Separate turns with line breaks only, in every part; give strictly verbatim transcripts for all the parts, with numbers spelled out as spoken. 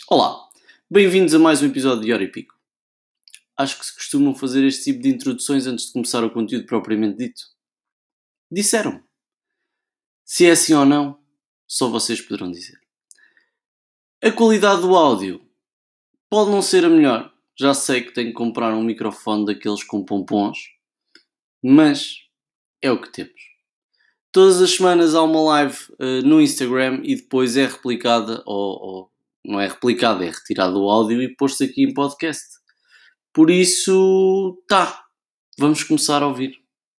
Olá, bem-vindos a mais um episódio de Hora e Pico. Acho que se costumam fazer este tipo de introduções antes de começar o conteúdo propriamente dito. Disseram-me. Se é assim ou não, só vocês poderão dizer. A qualidade do áudio pode não ser a melhor. Já sei que tenho que comprar um microfone daqueles com pompons, mas é o que temos. Todas as semanas há uma live uh, no Instagram e depois é replicada, ou, ou não é replicada, é retirado o áudio e posto aqui em podcast. Por isso, tá, vamos começar a ouvir.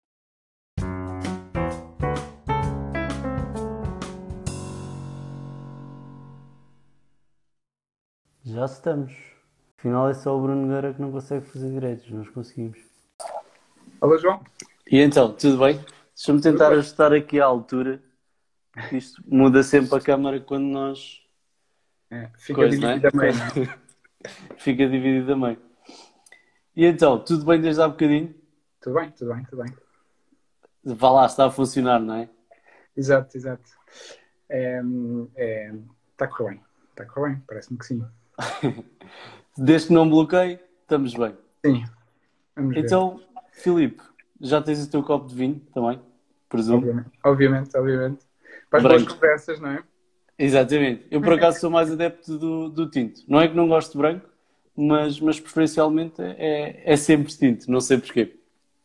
Já estamos. Afinal é só o Bruno Nogueira que não consegue fazer direitos, nós conseguimos.
Olá, João.
E então, tudo bem? Deixa-me tentar ajustar aqui à altura, porque isto muda sempre a câmara quando nós...
É, fica
Coisa,
dividido
não é?
a meio.
Fica dividido a meio. E então, tudo bem desde há bocadinho?
Tudo bem, tudo bem, tudo bem.
Vá lá, está a funcionar, não é?
Exato, exato. É, é, está a correr bem, está a correr bem, parece-me que sim.
Desde que não bloqueie, estamos bem.
Sim, vamos ver.
Então, Filipe, já tens o teu copo de vinho também, presumo?
Obviamente, obviamente, obviamente. Para as
Branco.
boas conversas, não é?
Exatamente. Eu, por acaso, sou mais adepto do, do tinto. Não é que não gosto de branco, mas, mas preferencialmente é, é sempre tinto. Não sei porquê.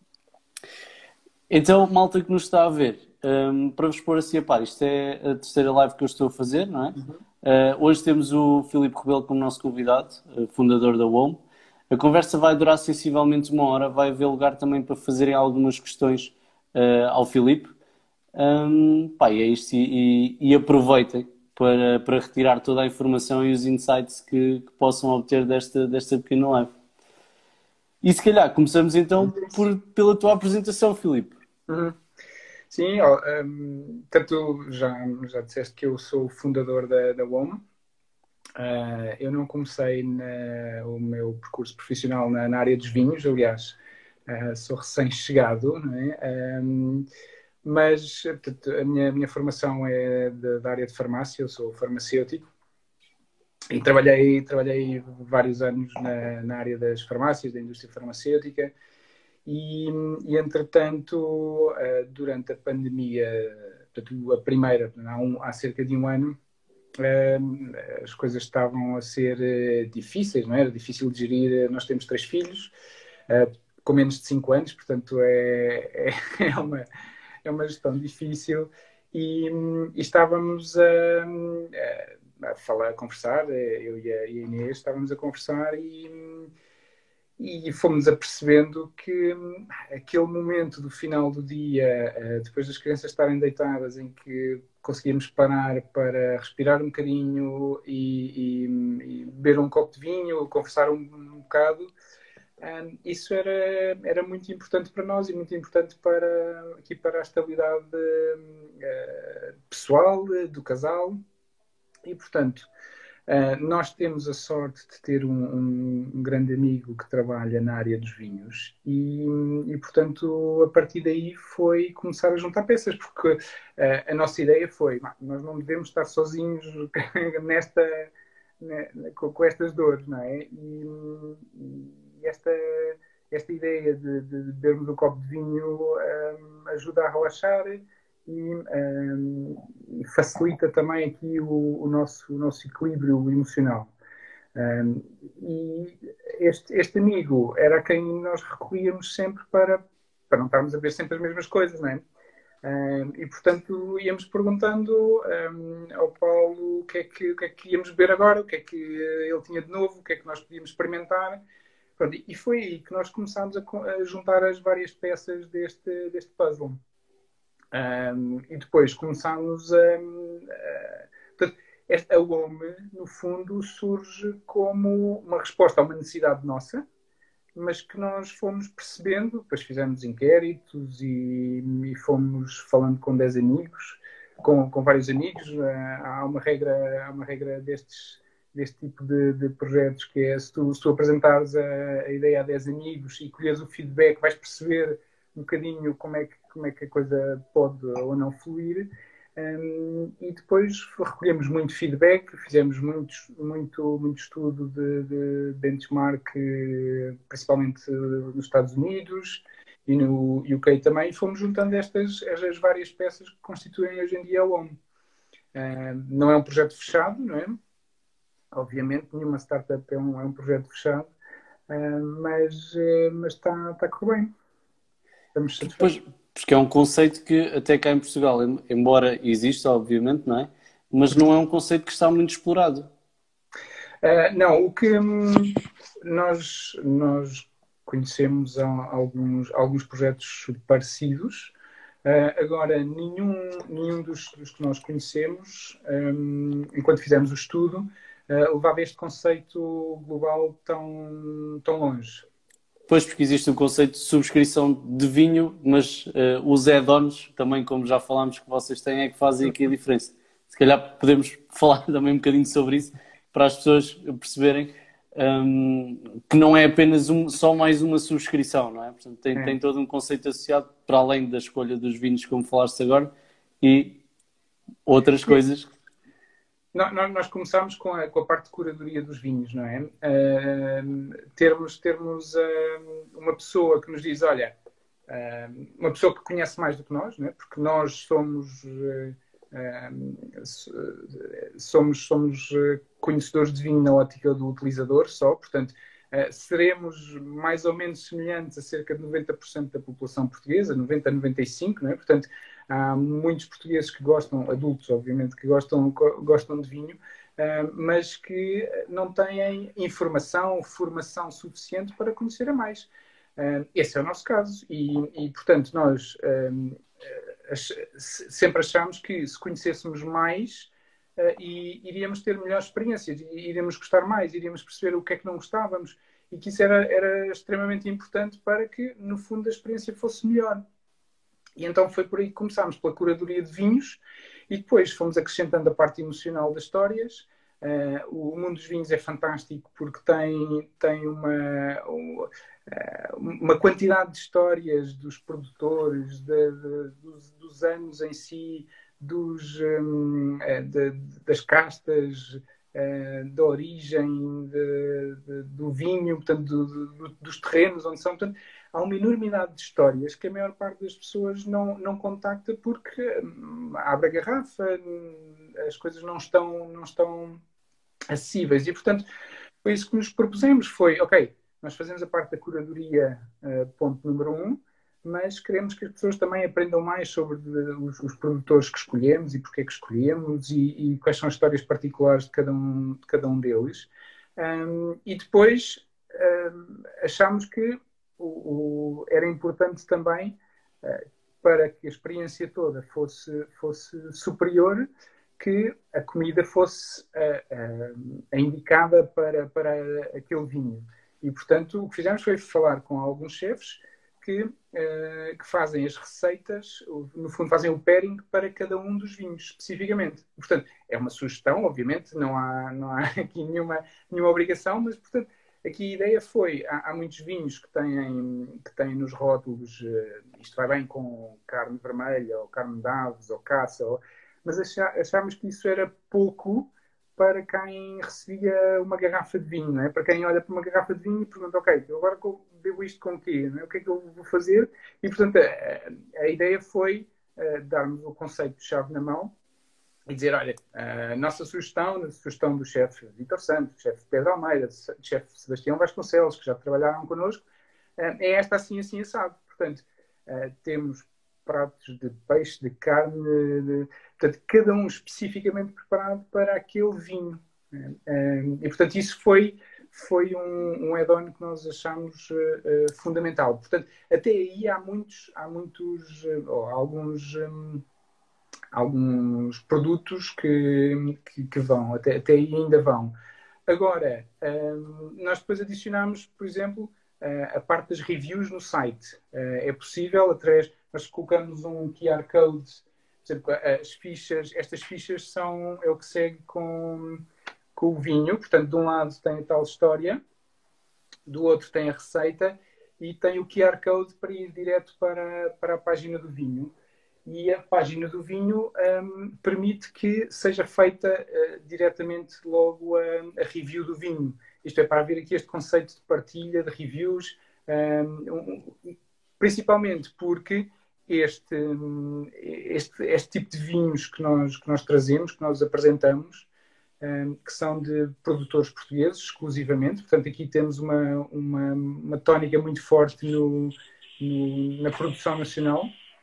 Então, malta que nos está a ver, um, para vos pôr assim a par, isto é a terceira live que eu estou a fazer, não é?
Uhum.
Uh, hoje temos o Filipe Rebelo como nosso convidado, uh, fundador da W O M. A conversa vai durar sensivelmente uma hora. Vai haver lugar também para fazerem algumas questões uh, ao Filipe. Um, pá, e é isto. E, e, e aproveitem para, para retirar toda a informação e os insights que, que possam obter desta, desta pequena live. E se calhar começamos então por, pela tua apresentação, Filipe.
Uhum. Sim, ó, um, tanto já, já disseste que eu sou o fundador da, da W O M. Uh, eu não comecei na, o meu percurso profissional na, na área dos vinhos, aliás, uh, sou recém-chegado, não é? Um, mas portanto, a minha, minha formação é de, da área de farmácia, eu sou farmacêutico e trabalhei, trabalhei vários anos na, na área das farmácias, da indústria farmacêutica e, e entretanto, durante a pandemia, portanto, a primeira, há, um, há cerca de um ano, as coisas estavam a ser difíceis, não é? Era difícil de gerir. Nós temos três filhos com menos de cinco anos, portanto é, é uma é uma gestão difícil e, e estávamos a, a, falar, a conversar, eu e a Inês estávamos a conversar e, e fomos apercebendo que aquele momento do final do dia, depois das crianças estarem deitadas, em que conseguíamos parar para respirar um bocadinho e, e, e beber um copo de vinho, conversar um, um bocado, Um, isso era, era muito importante para nós e muito importante para, aqui para a estabilidade uh, pessoal do casal e, portanto, uh, nós temos a sorte de ter um, um, um grande amigo que trabalha na área dos vinhos e, e, portanto, a partir daí foi começar a juntar peças, porque uh, a nossa ideia foi, nós não devemos estar sozinhos nesta, né, com, com estas dores, não é? E, e esta, esta ideia de, de bebermos um copo de vinho um, ajuda a relaxar e um, facilita também aqui o, o, nosso, o nosso equilíbrio emocional. Um, e este, este amigo era a quem nós recorríamos sempre para, para não estarmos a ver sempre as mesmas coisas, não é? Um, e portanto íamos perguntando um, ao Paulo o que, é que, o que é que íamos beber agora, o que é que ele tinha de novo, o que é que nós podíamos experimentar. Pronto, e foi aí que nós começámos a, a juntar as várias peças deste, deste puzzle. Um, e depois começámos a. a portanto, esta, a W O M, no fundo, surge como uma resposta a uma necessidade nossa, mas que nós fomos percebendo, depois fizemos inquéritos e, e fomos falando com dez amigos, com, com vários amigos. Há uma regra, há uma regra destes, deste tipo de, de projetos que é, se tu, se tu apresentares a, a ideia a dez amigos e colheres o feedback, vais perceber um bocadinho como é que, como é que a coisa pode ou não fluir. Um, e depois recolhemos muito feedback, fizemos muito, muito, muito estudo de, de benchmark, principalmente nos Estados Unidos e no U K também, e fomos juntando estas, estas várias peças que constituem hoje em dia a W O M. Uh, não é um projeto fechado, não é? Obviamente, nenhuma startup é um, é um projeto fechado, uh, mas, uh, mas está, está a correr bem. Estamos satisfeitos.
Pois, porque é um conceito que até cá em Portugal, embora exista, obviamente, não é? Mas não é um conceito que está muito explorado.
Uh, não, o que hum, nós, nós conhecemos alguns, alguns projetos parecidos. Uh, agora, nenhum, nenhum dos, dos que nós conhecemos, um, enquanto fizemos o estudo, uh, levava este conceito global tão, tão longe.
Pois, porque existe o conceito de subscrição de vinho, mas uh, os add-ons, também como já falámos que vocês têm, é que fazem aqui a diferença. Se calhar podemos falar também um bocadinho sobre isso, para as pessoas perceberem um, que não é apenas um, só mais uma subscrição, não é? Portanto, tem, é. tem todo um conceito associado, para além da escolha dos vinhos, como falaste agora, e outras coisas.
Nós começámos com a, com a parte de curadoria dos vinhos, não é? Uh, termos termos uh, uma pessoa que nos diz, olha, uh, uma pessoa que conhece mais do que nós, não é? Porque nós somos, uh, uh, somos, somos conhecedores de vinho na ótica do utilizador só, portanto, uh, seremos mais ou menos semelhantes a cerca de noventa por cento da população portuguesa, noventa a noventa e cinco por cento, não é? Portanto, há muitos portugueses que gostam, adultos obviamente, que gostam, gostam de vinho, mas que não têm informação, formação suficiente para conhecer a mais. Esse é o nosso caso e, e portanto, nós sempre achamos que se conhecêssemos mais, iríamos ter melhores experiências, iríamos gostar mais, iríamos perceber o que é que não gostávamos e que isso era, era extremamente importante para que, no fundo, a experiência fosse melhor. E então foi por aí que começámos, pela curadoria de vinhos, e depois fomos acrescentando a parte emocional das histórias. Uh, o mundo dos vinhos é fantástico porque tem, tem uma, uma, uma quantidade de histórias dos produtores, de, de, dos, dos anos em si, dos, um, de, das castas, uh, da origem de, de, do vinho, portanto, do, do, dos terrenos onde são. Portanto, há uma enormidade de histórias que a maior parte das pessoas não, não contacta porque hum, abre a garrafa, hum, as coisas não estão, não estão acessíveis. E, portanto, foi isso que nos propusemos. Foi, ok, nós fazemos a parte da curadoria, uh, ponto número um, mas queremos que as pessoas também aprendam mais sobre de, os, os produtores que escolhemos e porque é que escolhemos e, e quais são as histórias particulares de cada um, de cada um deles. Um, e depois um, achámos que O, o, era importante também, uh, para que a experiência toda fosse, fosse superior, que a comida fosse uh, uh, a indicada para, para aquele vinho. E, portanto, o que fizemos foi falar com alguns chefes que, uh, que fazem as receitas, no fundo fazem o pairing para cada um dos vinhos, especificamente. Portanto, é uma sugestão, obviamente, não há, não há aqui nenhuma, nenhuma obrigação, mas, portanto, aqui a ideia foi, há, há muitos vinhos que têm, que têm nos rótulos, uh, isto vai bem com carne vermelha, ou carne de aves, ou caça, ou, mas achá, achámos que isso era pouco para quem recebia uma garrafa de vinho, não é? Para quem olha para uma garrafa de vinho e pergunta, ok, agora bebo isto com o quê? Não é? O que é que eu vou fazer? E, portanto, a, a ideia foi uh, darmos o conceito de chave na mão e dizer, olha, a nossa sugestão, a sugestão do chefe Vítor Santos, do chefe Pedro Almeida, do chefe Sebastião Vasconcelos, que já trabalharam connosco, é esta assim, assim, assado. Portanto, temos pratos de peixe, de carne, de, portanto, cada um especificamente preparado para aquele vinho. E, portanto, isso foi, foi um, um add-on que nós achamos uh, fundamental. Portanto, até aí há muitos, há muitos, uh, alguns... Um, alguns produtos que, que, que vão, até, até aí ainda vão. Agora, um, nós depois adicionamos, por exemplo, uh, a parte das reviews no site. Uh, é possível, através, nós colocamos um Q R Code, por exemplo, as fichas, estas fichas são, é o que segue com, com o vinho, portanto, de um lado tem a tal história, do outro tem a receita e tem o Q R Code para ir direto para, para a página do vinho. e a página do vinho um, permite que seja feita uh, diretamente logo a, a review do vinho. Isto é, para haver aqui este conceito de partilha, de reviews, um, um, principalmente porque este, este, este tipo de vinhos que nós, que nós trazemos, que nós apresentamos, um, que são de produtores portugueses exclusivamente. Portanto, aqui temos uma, uma, uma tónica muito forte no, no, na produção nacional.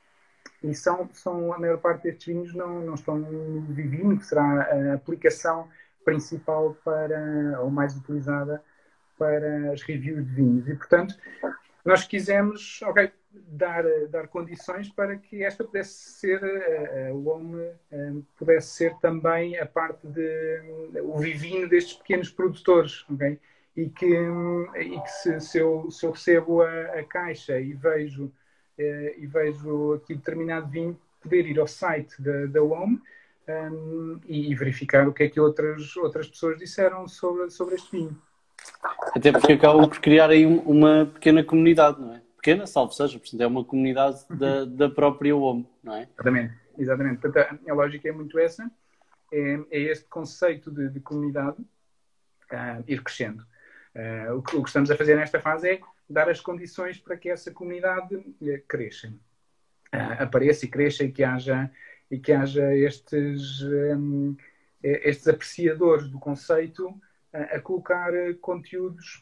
E são, são, a maior parte destes vinhos não, não estão no Vivino, que será a aplicação principal para, ou mais utilizada para as reviews de vinhos. E, portanto, nós quisemos okay, dar, dar condições para que esta pudesse ser, o home pudesse ser também a parte de o vivino destes pequenos produtores, ok? E que, e que se, se, eu, se eu recebo a, a caixa e vejo, e vejo aqui determinado vinho, poder ir ao site da, da home um, e verificar o que é que outras, outras pessoas disseram sobre, sobre este vinho.
Até porque acabam por criar aí uma pequena comunidade, não é? Pequena, salvo seja, portanto é uma comunidade da, da própria home, não é?
Exatamente, exatamente. Portanto, a minha lógica é muito essa, é, é este conceito de, de comunidade uh, ir crescendo. Uh, o, que, o que estamos a fazer nesta fase é dar as condições para que essa comunidade cresça, uh, apareça e cresça e que haja, e que haja estes, um, estes apreciadores do conceito a colocar conteúdos,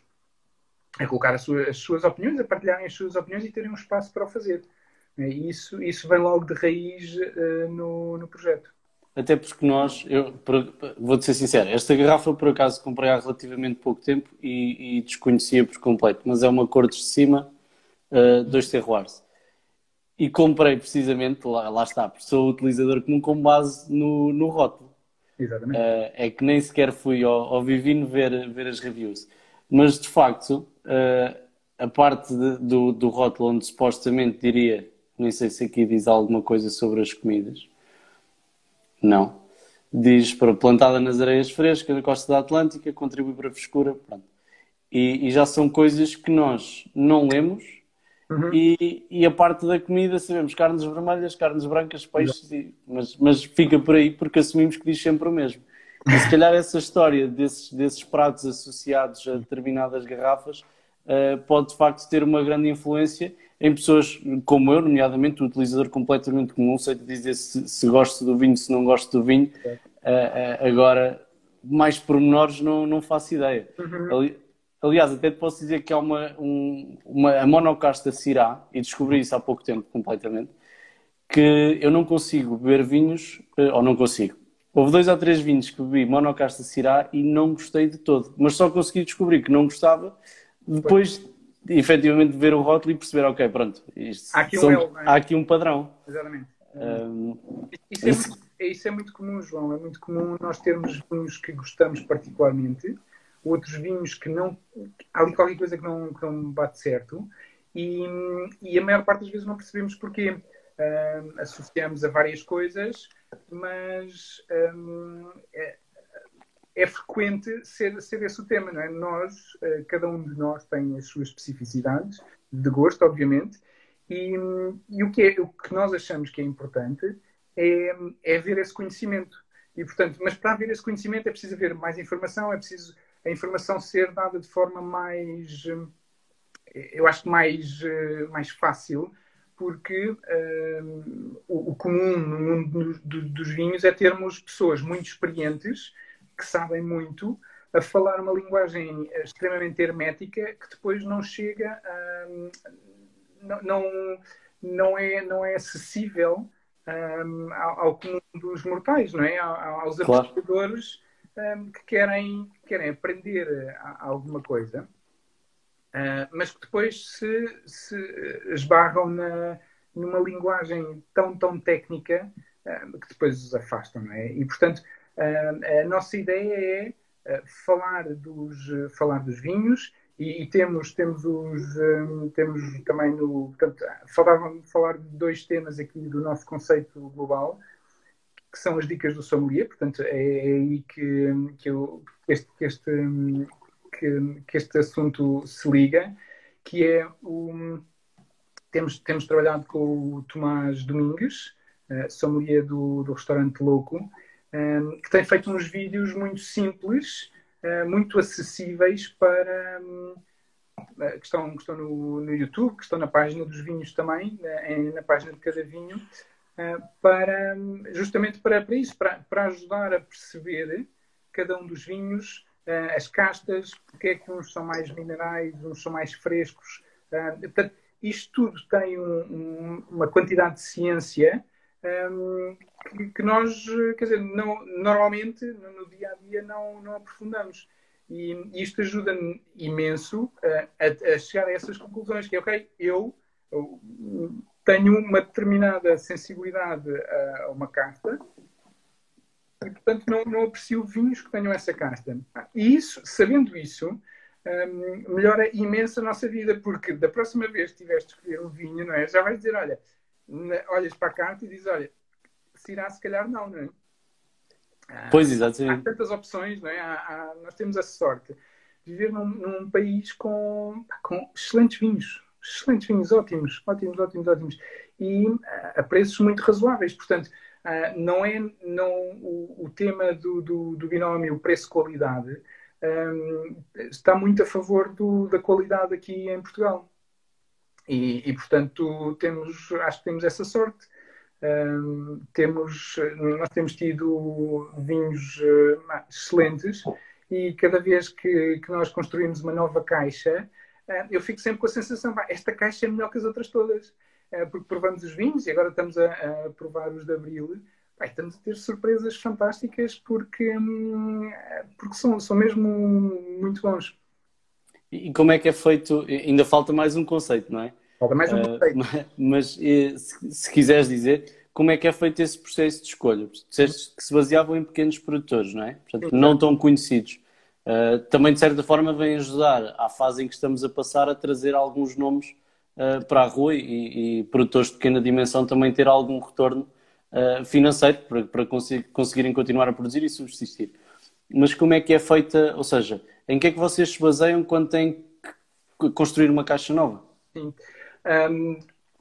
a colocar as suas, as suas opiniões, a partilharem as suas opiniões e terem um espaço para o fazer. E isso, isso vem logo de raiz uh, no, no projeto.
Até porque nós, eu vou-te ser sincero, esta garrafa por acaso comprei há relativamente pouco tempo e, e desconhecia por completo, mas é uma cor de cima, uh, dois terroirs. E comprei precisamente, lá, lá está, porque sou utilizador comum com base no, no rótulo.
Exatamente.
Uh, é que nem sequer fui ao, ao Vivino ver, ver as reviews. Mas, de facto, uh, a parte de, do, do rótulo onde supostamente diria, nem sei se aqui diz alguma coisa sobre as comidas. Não. Diz para plantada nas areias frescas, na costa da Atlântica, contribui para a frescura. Pronto. E, e já são coisas que nós não lemos. Uhum. E, e a parte da comida sabemos carnes vermelhas, carnes brancas, peixes, e, mas, mas fica por aí porque assumimos que diz sempre o mesmo. E se calhar essa história desses, desses pratos associados a determinadas garrafas uh, pode de facto ter uma grande influência em pessoas como eu, nomeadamente o utilizador completamente comum, sei te dizer se, se gosto do vinho, se não gosto do vinho, uh, uh, agora mais pormenores não, não faço ideia.
Uhum.
Ali, Aliás, até te posso dizer que há uma, um, uma a monocasta Syrah, e descobri isso há pouco tempo completamente, que eu não consigo beber vinhos, ou não consigo. Houve dois ou três vinhos que bebi monocasta Syrah e não gostei de todo. Mas só consegui descobrir que não gostava depois de efetivamente ver o rótulo e perceber, ok, pronto, isto
há, aqui um
são,
el,
há aqui um padrão.
Exatamente.
Um,
isso, é muito, isso é muito comum, João. É muito comum nós termos vinhos que gostamos particularmente, outros vinhos que não... Há ali qualquer coisa que não, que não bate certo e, e a maior parte das vezes não percebemos porquê. Uh, associamos a várias coisas, mas um, é, é frequente ser, ser esse o tema, não é? Nós, uh, cada um de nós tem as suas especificidades, de gosto, obviamente, e, e o, que é, o que nós achamos que é importante é, é haver esse conhecimento. E, portanto, mas para haver esse conhecimento é preciso haver mais informação, é preciso a informação ser dada de forma mais, eu acho que mais, mais fácil, porque uh, o, o comum no mundo do, dos vinhos é termos pessoas muito experientes, que sabem muito, a falar uma linguagem extremamente hermética, que depois não chega a... não, não, não, é, não é acessível um, ao, ao comum dos mortais, não é? Aos
Claro.
apreciadores um, que querem, querem aprender alguma coisa. Uh, mas que depois se, se esbarram na, numa linguagem tão, tão técnica uh, que depois os afastam, não é? E, portanto, uh, a nossa ideia é uh, falar, dos, uh, falar dos vinhos e, e temos, temos, os, um, temos também no... Portanto, falar, falar de dois temas aqui do nosso conceito global, que são as dicas do sommelier. Portanto, é, é aí que, que, eu, este... que este Que, que este assunto se liga, que é o... Temos, temos trabalhado com o Tomás Domingues, uh, sommelier do, do restaurante Louco, um, que tem feito uns vídeos muito simples, uh, muito acessíveis para... Um, que estão, que estão no, no YouTube, que estão na página dos vinhos também, na, na página de cada vinho, para, justamente para, para isso, para, para ajudar a perceber cada um dos vinhos, as castas, porque é que uns são mais minerais, uns são mais frescos. Portanto, isto tudo tem um, um, uma quantidade de ciência um, que, que nós, quer dizer, não, normalmente, no, no dia a dia, não, não aprofundamos. E isto ajuda-me imenso a, a, a chegar a essas conclusões, que é, ok, eu, eu tenho uma determinada sensibilidade a, a uma casta e, portanto, não, não aprecio vinhos que tenham essa casta. E isso, sabendo isso, um, melhora imenso a nossa vida, porque da próxima vez que tiveres de escolher um vinho, não é? Já vais dizer, olha, olhas para a carta e dizes, olha, se irá, se calhar não, não é?
Pois, exatamente.
Há tantas opções, não é? Há, há, nós temos a sorte de viver num, num país com, com excelentes vinhos. Excelentes vinhos, ótimos, ótimos, ótimos, ótimos. E uh, a preços muito razoáveis. Portanto, uh, não é não, o, o tema do, do, do binómio preço-qualidade um, está muito a favor do, da qualidade aqui em Portugal. E, e, portanto, temos, acho que temos essa sorte. Um, temos, nós temos tido vinhos uh, excelentes e cada vez que, que nós construímos uma nova caixa, uh, eu fico sempre com a sensação, pá, esta caixa é melhor que as outras todas, uh, porque provamos os vinhos e agora estamos a, a provar os de Abril, pá, estamos a ter surpresas fantásticas porque, um, porque são, são mesmo muito bons.
E como é que é feito? Ainda falta mais um conceito, não é?
Falta mais um conceito.
Uh, mas se, se quiseres dizer, como é que é feito esse processo de escolha? Disseste que se baseavam em pequenos produtores, não é? Portanto,
Sim,
não tão conhecidos. Uh, também, de certa forma, vem ajudar à fase em que estamos a passar a trazer alguns nomes uh, para a rua e, e produtores de pequena dimensão também ter algum retorno uh, financeiro para, para conseguir, conseguirem continuar a produzir e subsistir. Mas como é que é feita, ou seja, em que é que vocês se baseiam quando têm que construir uma caixa nova?
Sim. Um,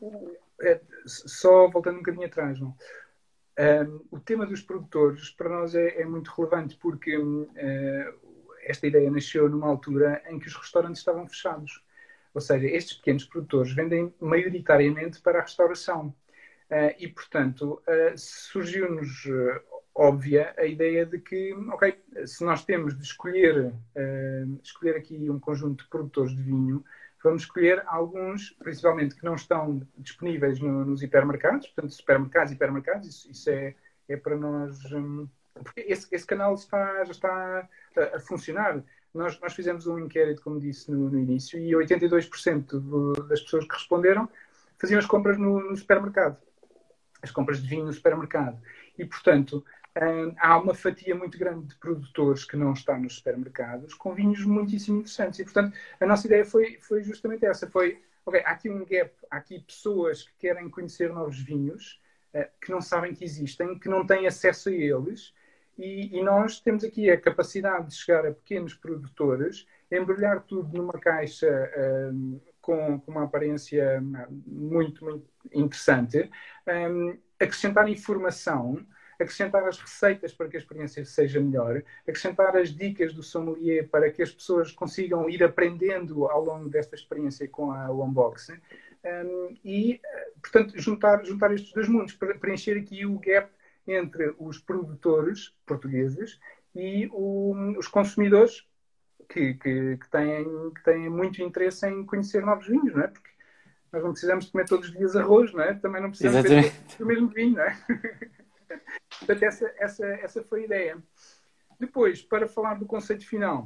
é, só voltando um bocadinho atrás, não? Um, o tema dos produtores para nós é, é muito relevante porque uh, esta ideia nasceu numa altura em que os restaurantes estavam fechados. Ou seja, estes pequenos produtores vendem maioritariamente para a restauração. Uh, e, portanto, uh, surgiu-nos uh, óbvia a ideia de que, ok, se nós temos de escolher, uh, escolher aqui um conjunto de produtores de vinho, vamos escolher alguns, principalmente, que não estão disponíveis no, nos hipermercados, portanto, supermercados e hipermercados, isso, isso é, é para nós... Um, porque esse, esse canal está, já está a, a funcionar. Nós, nós fizemos um inquérito, como disse no, no início, e oitenta e dois por cento do, das pessoas que responderam faziam as compras no, no supermercado. As compras de vinho no supermercado. E, portanto, hum, há uma fatia muito grande de produtores que não estão nos supermercados com vinhos muitíssimo interessantes. E, portanto, a nossa ideia foi, foi justamente essa. Foi, ok, há aqui um gap, há aqui pessoas que querem conhecer novos vinhos, uh, que não sabem que existem, que não têm acesso a eles. E, e nós temos aqui a capacidade de chegar a pequenos produtores, embrulhar tudo numa caixa um, com, com uma aparência muito, muito interessante, um, acrescentar informação, acrescentar as receitas para que a experiência seja melhor, acrescentar as dicas do sommelier para que as pessoas consigam ir aprendendo ao longo desta experiência com a, o unboxing um, e, portanto, juntar, juntar estes dois mundos para preencher aqui o gap entre os produtores portugueses e o, os consumidores que, que, que, têm, que têm muito interesse em conhecer novos vinhos, não é? Porque nós não precisamos de comer todos os dias arroz, não é? Também não precisamos beber o mesmo vinho, não é? Portanto, essa, essa, essa foi a ideia. Depois, para falar do conceito final,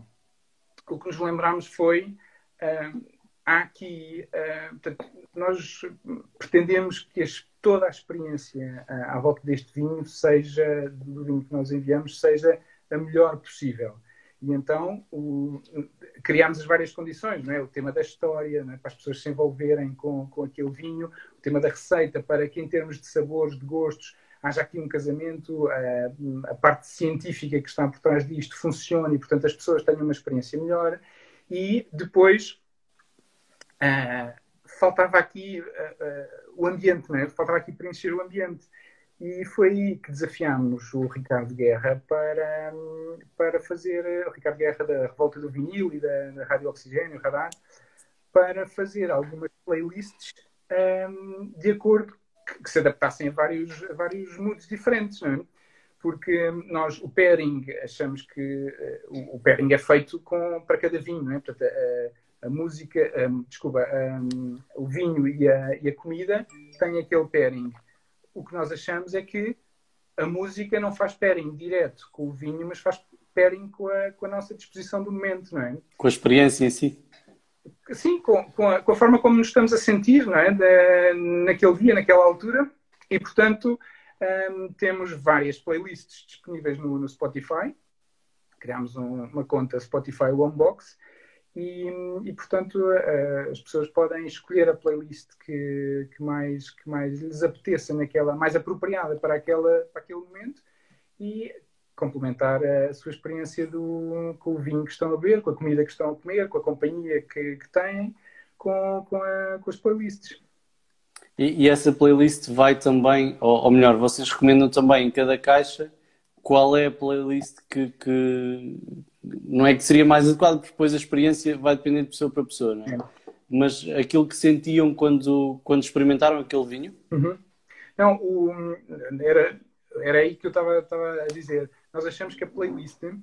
o que nos lembramos foi uh, há aqui, uh, portanto, nós pretendemos que as, toda a experiência uh, à volta deste vinho seja, do vinho que nós enviamos, seja a melhor possível. E então o, criámos as várias condições, não é? O tema da história, não é? Para as pessoas se envolverem com, com aquele vinho, o tema da receita, para que em termos de sabores, de gostos, haja aqui um casamento, a, a parte científica que está por trás disto funcione e, portanto, as pessoas tenham uma experiência melhor. E depois uh, faltava aqui uh, uh, o ambiente, não é? Faltava aqui preencher o ambiente. E foi aí que desafiámos o Ricardo Guerra para, para fazer, o Ricardo Guerra da Revolta do Vinil e da, da Rádio Oxigênio, Radar, para fazer algumas playlists um, de acordo que, que se adaptassem a vários, a vários moods diferentes, não é? Porque nós, o pairing, achamos que uh, o, o pairing é feito com, para cada vinho, não é? Portanto, a, a música, um, desculpa, um, o vinho e a, e a comida têm aquele pairing. O que nós achamos é que a música não faz pairing direto com o vinho, mas faz pairing com a, com a nossa disposição do momento, não é?
Com a experiência em si.
Sim, com, com, a, com a forma como nos estamos a sentir, não é? Da, naquele dia, naquela altura. E, portanto, um, temos várias playlists disponíveis no, no Spotify. Criámos um, uma conta Spotify Homebox. E, e, portanto, uh, as pessoas podem escolher a playlist que, que, mais, que mais lhes apeteça, naquela, mais apropriada para, aquela, para aquele momento, e complementar a sua experiência do, com o vinho que estão a beber, com a comida que estão a comer, com a companhia que, que têm, com, com, a, com as playlists.
E, e essa playlist vai também, ou, ou melhor, vocês recomendam também em cada caixa qual é a playlist que, que não é que seria mais adequado, porque depois a experiência vai depender de pessoa para pessoa, não é? É. Mas aquilo que sentiam quando, quando experimentaram aquele vinho?
Uhum. Não, o, era, era aí que eu estava a dizer. Nós achamos que a playlist, um,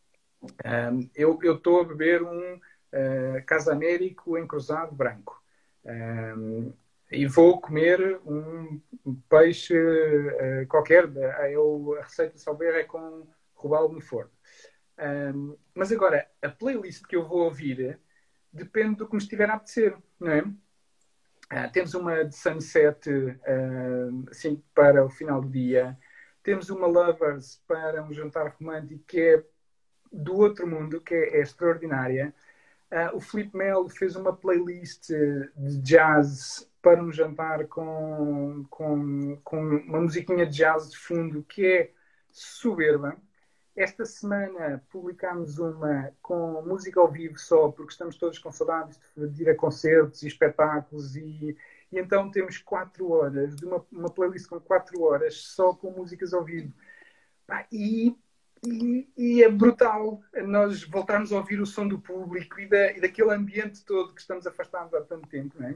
eu estou a beber um uh, Casa Américo em cruzado branco. Um, e vou comer um peixe uh, qualquer. Eu, a receita de salver é com robalo no forno. Um, mas agora, a playlist que eu vou ouvir depende do que me estiver a apetecer, não é? Uh, temos uma de Sunset uh, assim, para o final do dia. Temos uma Lovers para um jantar romântico que é do outro mundo, que é, é extraordinária. Uh, o Filipe Melo fez uma playlist de jazz para um jantar com, com, com uma musiquinha de jazz de fundo que é soberba. Esta semana publicámos uma com música ao vivo só, porque estamos todos com saudades de ir a concertos e espetáculos, e, e então temos quatro horas, de uma, uma playlist com quatro horas só com músicas ao vivo. E, e, e é brutal nós voltarmos a ouvir o som do público e, da, e daquele ambiente todo que estamos afastados há tanto tempo, não é?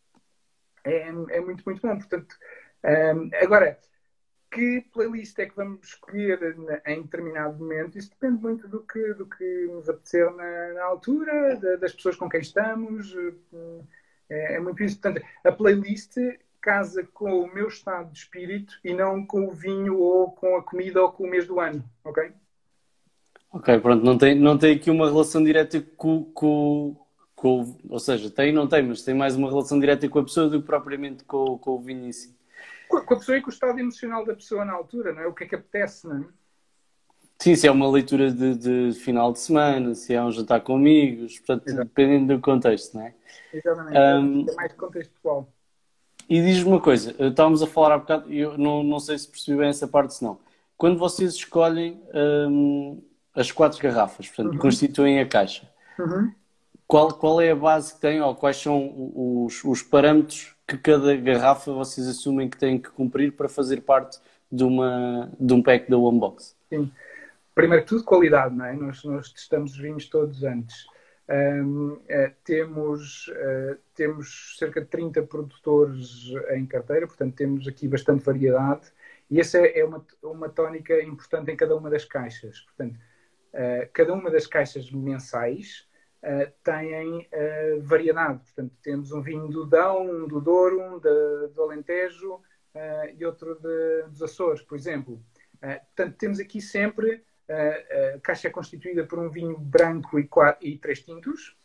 É, é muito, muito bom. Portanto, um, agora, que playlist é que vamos escolher em determinado momento? Isso depende muito do que, do que nos apetecer na, na altura, da, das pessoas com quem estamos. É, é muito isso. Portanto, a playlist casa com o meu estado de espírito e não com o vinho ou com a comida ou com o mês do ano, ok?
Ok, pronto. Não tem, não tem aqui uma relação direta com, com, com... Ou seja, tem e não tem, mas tem mais uma relação direta com a pessoa do que propriamente com, com o vinho em si.
Com a pessoa e com o estado emocional da pessoa na altura, não é? O que é que apetece, não é?
Sim, se é uma leitura de, de final de semana, se é um jantar com amigos, portanto, Exato. Dependendo do contexto, não é?
Exatamente, um, é mais contextual.
E diz-me uma coisa, estávamos a falar há bocado, e eu não, não sei se percebi bem essa parte, se não. Quando vocês escolhem um, as quatro garrafas, portanto, uhum. constituem a caixa,
uhum.
qual, qual é a base que têm, ou quais são os, os parâmetros que cada garrafa vocês assumem que têm que cumprir para fazer parte de, uma, de um pack da Homebox?
Sim. Primeiro que tudo, qualidade, não é? Nós, nós testamos os vinhos todos antes. Um, uh, temos, uh, temos cerca de trinta produtores em carteira, portanto temos aqui bastante variedade, e essa é, é uma, uma tónica importante em cada uma das caixas. Portanto, uh, cada uma das caixas mensais uh, têm uh, variedade. Portanto, temos um vinho do Dão, um do Douro, um de, do Alentejo uh, e outro de, dos Açores, por exemplo. Uh, portanto, temos aqui sempre... Uh, a caixa é constituída por um vinho branco e, quatro, e três tintos.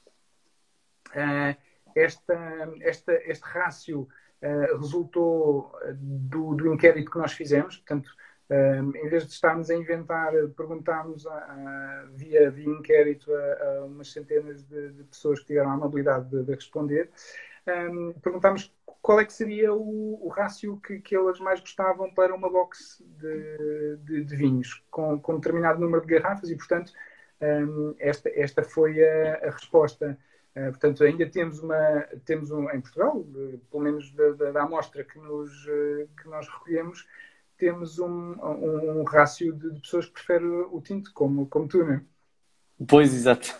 Uh, esta, esta, este rácio uh, resultou do, do inquérito que nós fizemos. Portanto, uh, em vez de estarmos a inventar, perguntámos a, a, via, via inquérito a, a umas centenas de, de pessoas que tiveram a amabilidade de, de responder. Um, perguntámos qual é que seria o, o rácio que, que elas mais gostavam para uma box de, de, de vinhos, com, com determinado número de garrafas, e, portanto, um, esta, esta foi a, a resposta. Uh, portanto, ainda temos, uma, temos um, em Portugal, uh, pelo menos da, da, da amostra que, nos, uh, que nós recolhemos, temos um, um, um rácio de, de pessoas que preferem o tinto, como, como tu, não é?
Pois, exato.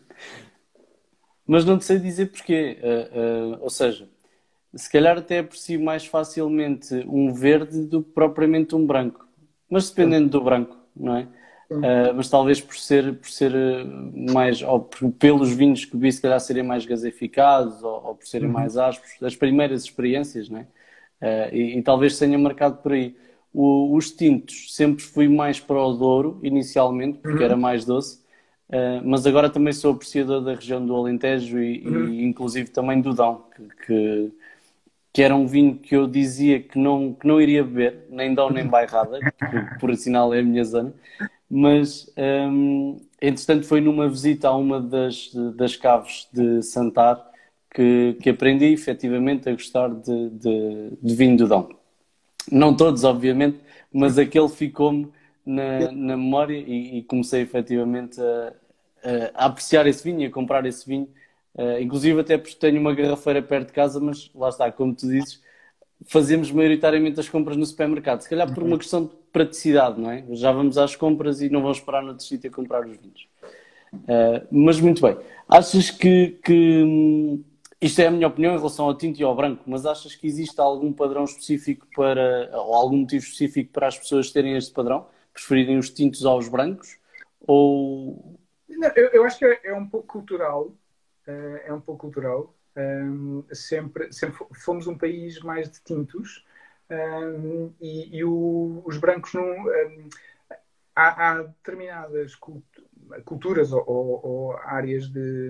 Mas não te sei dizer porquê. Uh, uh, ou seja, se calhar até aprecio mais facilmente um verde do que propriamente um branco. Mas dependendo do branco, não é? Uh, mas talvez por ser, por ser mais, ou por, pelos vinhos que vi, se calhar serem mais gaseificados, ou, ou por serem
Uhum.
mais ásperos, das primeiras experiências, não é? Uh, e, e talvez tenha marcado por aí. O, os tintos, sempre fui mais para o Douro, inicialmente, porque
Uhum.
era mais doce, uh, mas agora também sou apreciador da região do Alentejo e,
Uhum.
e inclusive também do Dão, que, que, que era um vinho que eu dizia que não, que não iria beber, nem Dão nem Bairrada, que por sinal é a minha zona, mas um, entretanto foi numa visita a uma das, das caves de Santar que, que aprendi efetivamente a gostar de, de, de vinho do Dão. Não todos, obviamente, mas aquele ficou-me na, na memória e, e comecei efetivamente a, a, apreciar esse vinho e a comprar esse vinho. Uh, inclusive até porque tenho uma garrafeira perto de casa, mas lá está, como tu dizes, fazemos maioritariamente as compras no supermercado. Se calhar por uma questão de praticidade, não é? Já vamos às compras e não vamos parar no outro sítio a comprar os vinhos. Uh, mas muito bem. Achas que, que... Isto é a minha opinião em relação ao tinto e ao branco, mas achas que existe algum padrão específico para... ou algum motivo específico para as pessoas terem este padrão? Preferirem os tintos aos brancos? Ou...
Não, eu, eu acho que é, é um pouco cultural. Uh, é um pouco cultural. Um, sempre, sempre fomos um país mais de tintos. Um, e, e o, os brancos não... Um, há, há determinadas cultu culturas ou, ou, ou áreas de,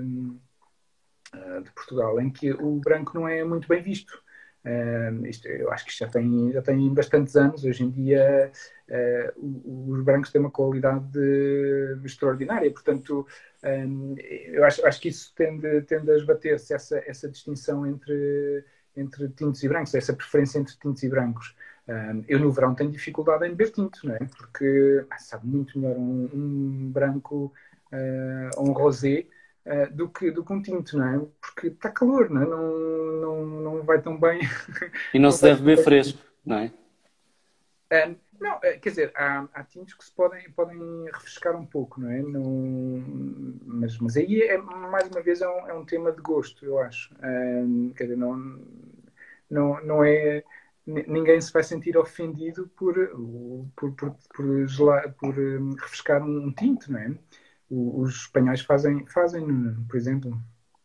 de Portugal em que o branco não é muito bem visto. Um, isto, eu acho que isto já tem, já tem bastantes anos. Hoje em dia uh, os brancos têm uma qualidade extraordinária. Portanto, um, eu acho, acho que isso tende, tende a esbater-se, essa, essa distinção entre, entre tintos e brancos, essa preferência entre tintos e brancos. Um, eu no verão tenho dificuldade em beber tinto, não é? Porque ah, sabe muito melhor um, um branco uh, ou um rosé uh, do, que, do que um tinto, não é? Porque está calor, não é? Não, não, não vai tão bem.
E não
Não
se
vai
deve
tão
beber
bem.
fresco, não é?
Um, não, quer dizer, há, há tintos que se podem, podem refrescar um pouco, não é? Não, mas, mas aí, é, mais uma vez, é um, é um tema de gosto, eu acho. Um, quer dizer, não, não, não é... Ninguém se vai sentir ofendido por, por, por, por, gelar, por um, refrescar um tinto, não é? Os espanhóis fazem, fazem, por exemplo.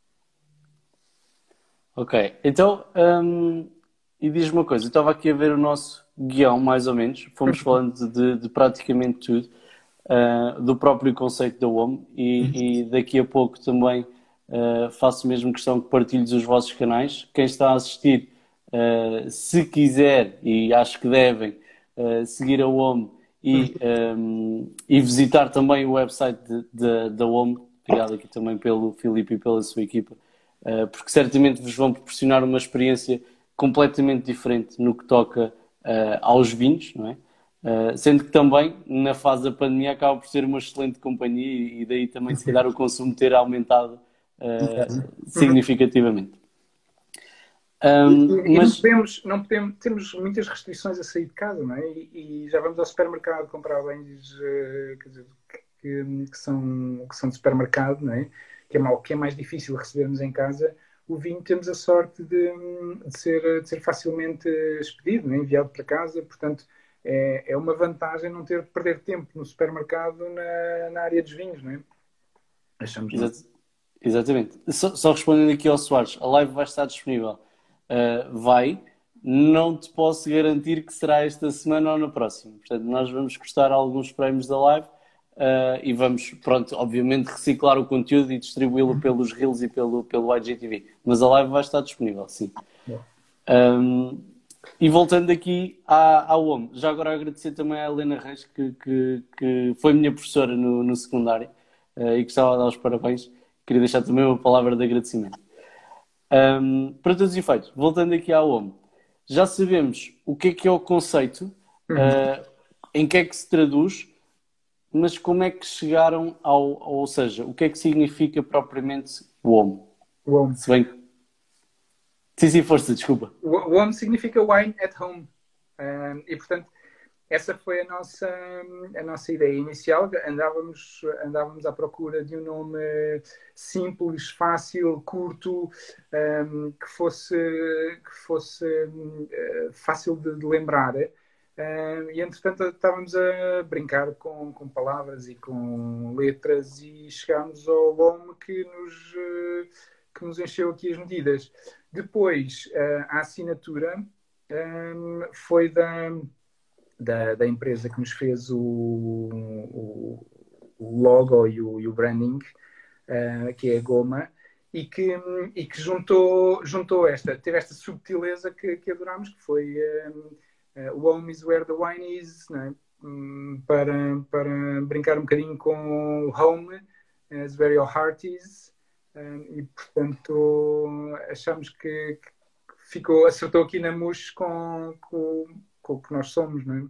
Ok, então, hum, e diz-me uma coisa, eu estava aqui a ver o nosso guião, mais ou menos, fomos falando de, de praticamente tudo, uh, do próprio conceito da W O M, e, e daqui a pouco também uh, faço mesmo questão que partilhes os vossos canais. Quem está a assistir, uh, se quiser, e acho que devem, uh, seguir a W O M e, um, e visitar também o website de, de, da W O M, criado aqui também pelo Filipe e pela sua equipa, uh, porque certamente vos vão proporcionar uma experiência completamente diferente no que toca uh, aos vinhos, não é? Uh, sendo que também, na fase da pandemia, acaba por ser uma excelente companhia e, e daí também, se calhar, o consumo ter aumentado uh, significativamente. Um,
E, e não
mas,
podemos, não podemos, temos muitas restrições a sair de casa, não é? E, e já vamos ao supermercado comprar bens uh, quer dizer, que, que, são, que são de supermercado, não é? Que é, mal, que é mais difícil recebermos em casa. O vinho temos a sorte de, de, ser, de ser facilmente expedido, não é? Enviado para casa, portanto é, é uma vantagem não ter de perder tempo no supermercado na, na área dos vinhos, não é? Achamos nós.
exa exatamente. Só, só respondendo aqui ao Soares, a live vai estar disponível. Uh, vai. Não te posso garantir que será esta semana ou na próxima. Portanto, nós vamos custar alguns prémios da live uh, e vamos, pronto, obviamente reciclar o conteúdo e distribuí-lo pelos Reels e pelo, pelo I G T V. Mas a live vai estar disponível, sim. Um, e voltando aqui à, à W O M, já agora agradecer também à Helena Reis, que, que, que foi minha professora no, no secundário uh, e gostava de dar os parabéns. Queria deixar também uma palavra de agradecimento. Um, para todos os efeitos, voltando aqui à W O M, já sabemos o que é que é o conceito, uh, em que é que se traduz, mas como é que chegaram ao, ao... Ou seja, o que é que significa propriamente W O M?
W O M.
Se bem... Sim, sim, força, desculpa.
W O M significa Wine at Home. Um, e, portanto, essa foi a nossa, a nossa ideia inicial. Andávamos, andávamos à procura de um nome simples, fácil, curto, um, que fosse, que fosse uh, fácil de, de lembrar. Uh, e, entretanto, estávamos a brincar com, com palavras e com letras e chegámos ao nome que nos, uh, que nos encheu aqui as medidas. Depois, uh, a assinatura um, foi da, da, da empresa que nos fez o, o, o logo e o, e o branding, uh, que é a Goma, e que, e que juntou, juntou esta, teve esta subtileza que, que adorámos, que foi... Um, Uh, home is where the wine is, né? um, para, para brincar um bocadinho com home, is where your heart is, um, e portanto achamos que, que ficou, acertou aqui na mousse com, com, com o que nós somos, não é?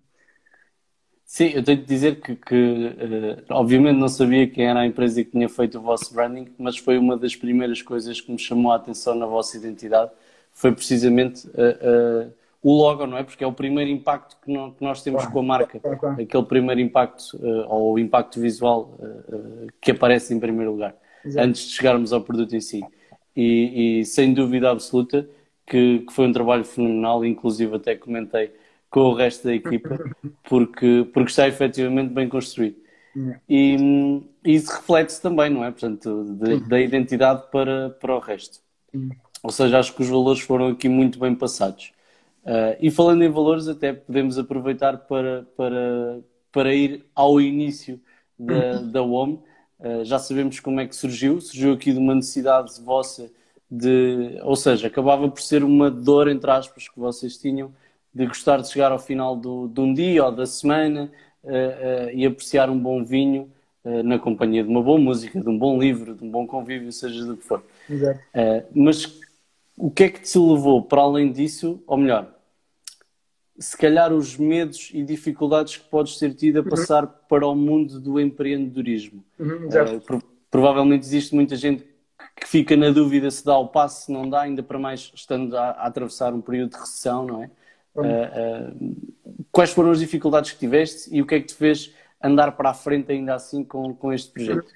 Sim, eu tenho de dizer que, que uh, obviamente não sabia quem era a empresa que tinha feito o vosso branding, mas foi uma das primeiras coisas que me chamou a atenção na vossa identidade, foi precisamente uh, uh, o logo, não é? Porque é o primeiro impacto que, não, que nós temos
Claro,
com a marca.
claro, claro.
Aquele primeiro impacto, uh, ou o impacto visual uh, uh, que aparece em primeiro lugar,
Exato.
antes de chegarmos ao produto em si. E, e sem dúvida absoluta que, que foi um trabalho fenomenal, inclusive até comentei com o resto da equipa, porque, porque está efetivamente bem construído.
Yeah.
E, e isso reflete-se também, não é? Portanto, de, da identidade para, para o resto.
Sim.
Ou seja, acho que os valores foram aqui muito bem passados. Uh, e falando em valores, até podemos aproveitar para, para, para ir ao início da, da W O M. Uh, já sabemos como é que surgiu. Surgiu aqui de uma necessidade vossa de... Ou seja, acabava por ser uma dor, entre aspas, que vocês tinham de gostar de chegar ao final do, de um dia ou da semana uh, uh, e apreciar um bom vinho uh, na companhia de uma boa música, de um bom livro, de um bom convívio, seja do que for.
Exato.
Uh, mas o que é que te levou para além disso, ou melhor, se calhar os medos e dificuldades que podes ter tido a passar uhum. para o mundo do empreendedorismo?
Uhum, exato.
Uh, pro, provavelmente existe muita gente que fica na dúvida se dá o passo, se não dá, ainda para mais estando a, a atravessar um período de recessão, não é? Uh, uh, quais foram as dificuldades que tiveste e o que é que te fez andar para a frente ainda assim com, com este projeto?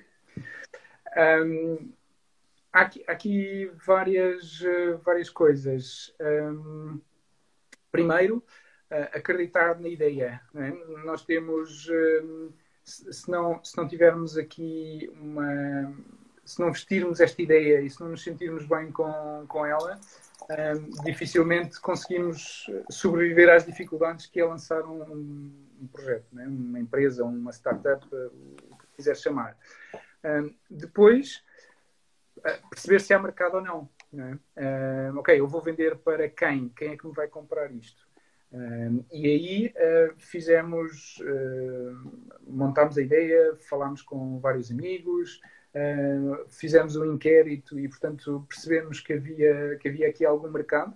Um, há aqui, há aqui várias, várias coisas. Um, primeiro, uh, acreditar na ideia. Não é? Nós temos, um, se, se, não, se não tivermos aqui uma... Se não vestirmos esta ideia e se não nos sentirmos bem com, com ela, um, dificilmente conseguimos sobreviver às dificuldades que é lançar um, um projeto, né? Uma empresa, uma startup, o que quiser chamar. Um, depois, uh, perceber se há mercado ou não. Né? Uh, ok, eu vou vender para quem? Quem é que me vai comprar isto? Um, e aí uh, fizemos, uh, montámos a ideia, falámos com vários amigos, Uh, fizemos um inquérito e, portanto, percebemos que havia, que havia aqui algum mercado.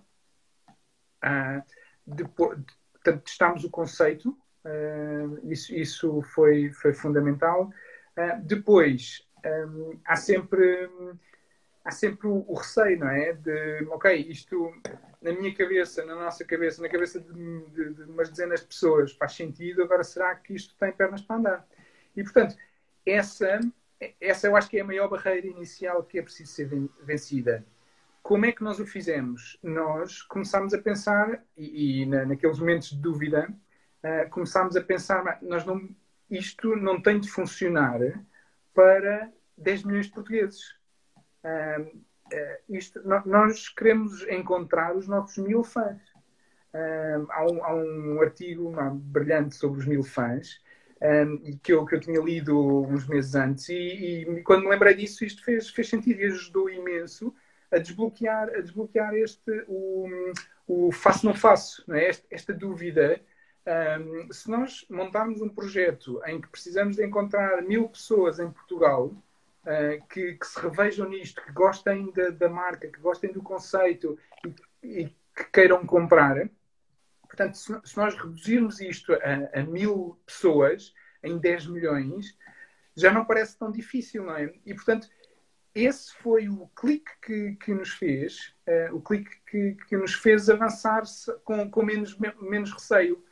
Uh, depois, portanto, testámos o conceito, uh, isso, isso foi, foi fundamental. Uh, depois, um, há sempre, há sempre o, o receio, não é? De, ok, isto na minha cabeça, na nossa cabeça, na cabeça de, de, de umas dezenas de pessoas faz sentido, agora será que isto tem pernas para andar? E, portanto, essa... Essa eu acho que é a maior barreira inicial que é preciso ser vencida. Como é que nós o fizemos? Nós começámos a pensar, e, e na, naqueles momentos de dúvida, uh, começámos a pensar, nós não, isto não tem de funcionar para dez milhões de portugueses. Uh, uh, isto, nós queremos encontrar os nossos mil fãs. Uh, há, um, há um artigo não, brilhante sobre os mil fãs, Um, que, eu, que eu tinha lido uns meses antes e, e quando me lembrei disso isto fez, fez sentido e ajudou imenso a desbloquear, a desbloquear este, o, o faço não faço, não é? esta, esta dúvida. Um, se nós montarmos um projeto em que precisamos de encontrar mil pessoas em Portugal uh, que, que se revejam nisto, que gostem da, da marca, que gostem do conceito e, e que queiram comprar. Portanto, se nós reduzirmos isto a, a mil pessoas em dez milhões, já não parece tão difícil, não é? E, portanto, esse foi o clique que, que nos fez, uh, o clique que, que nos fez avançar com, com menos, menos receio.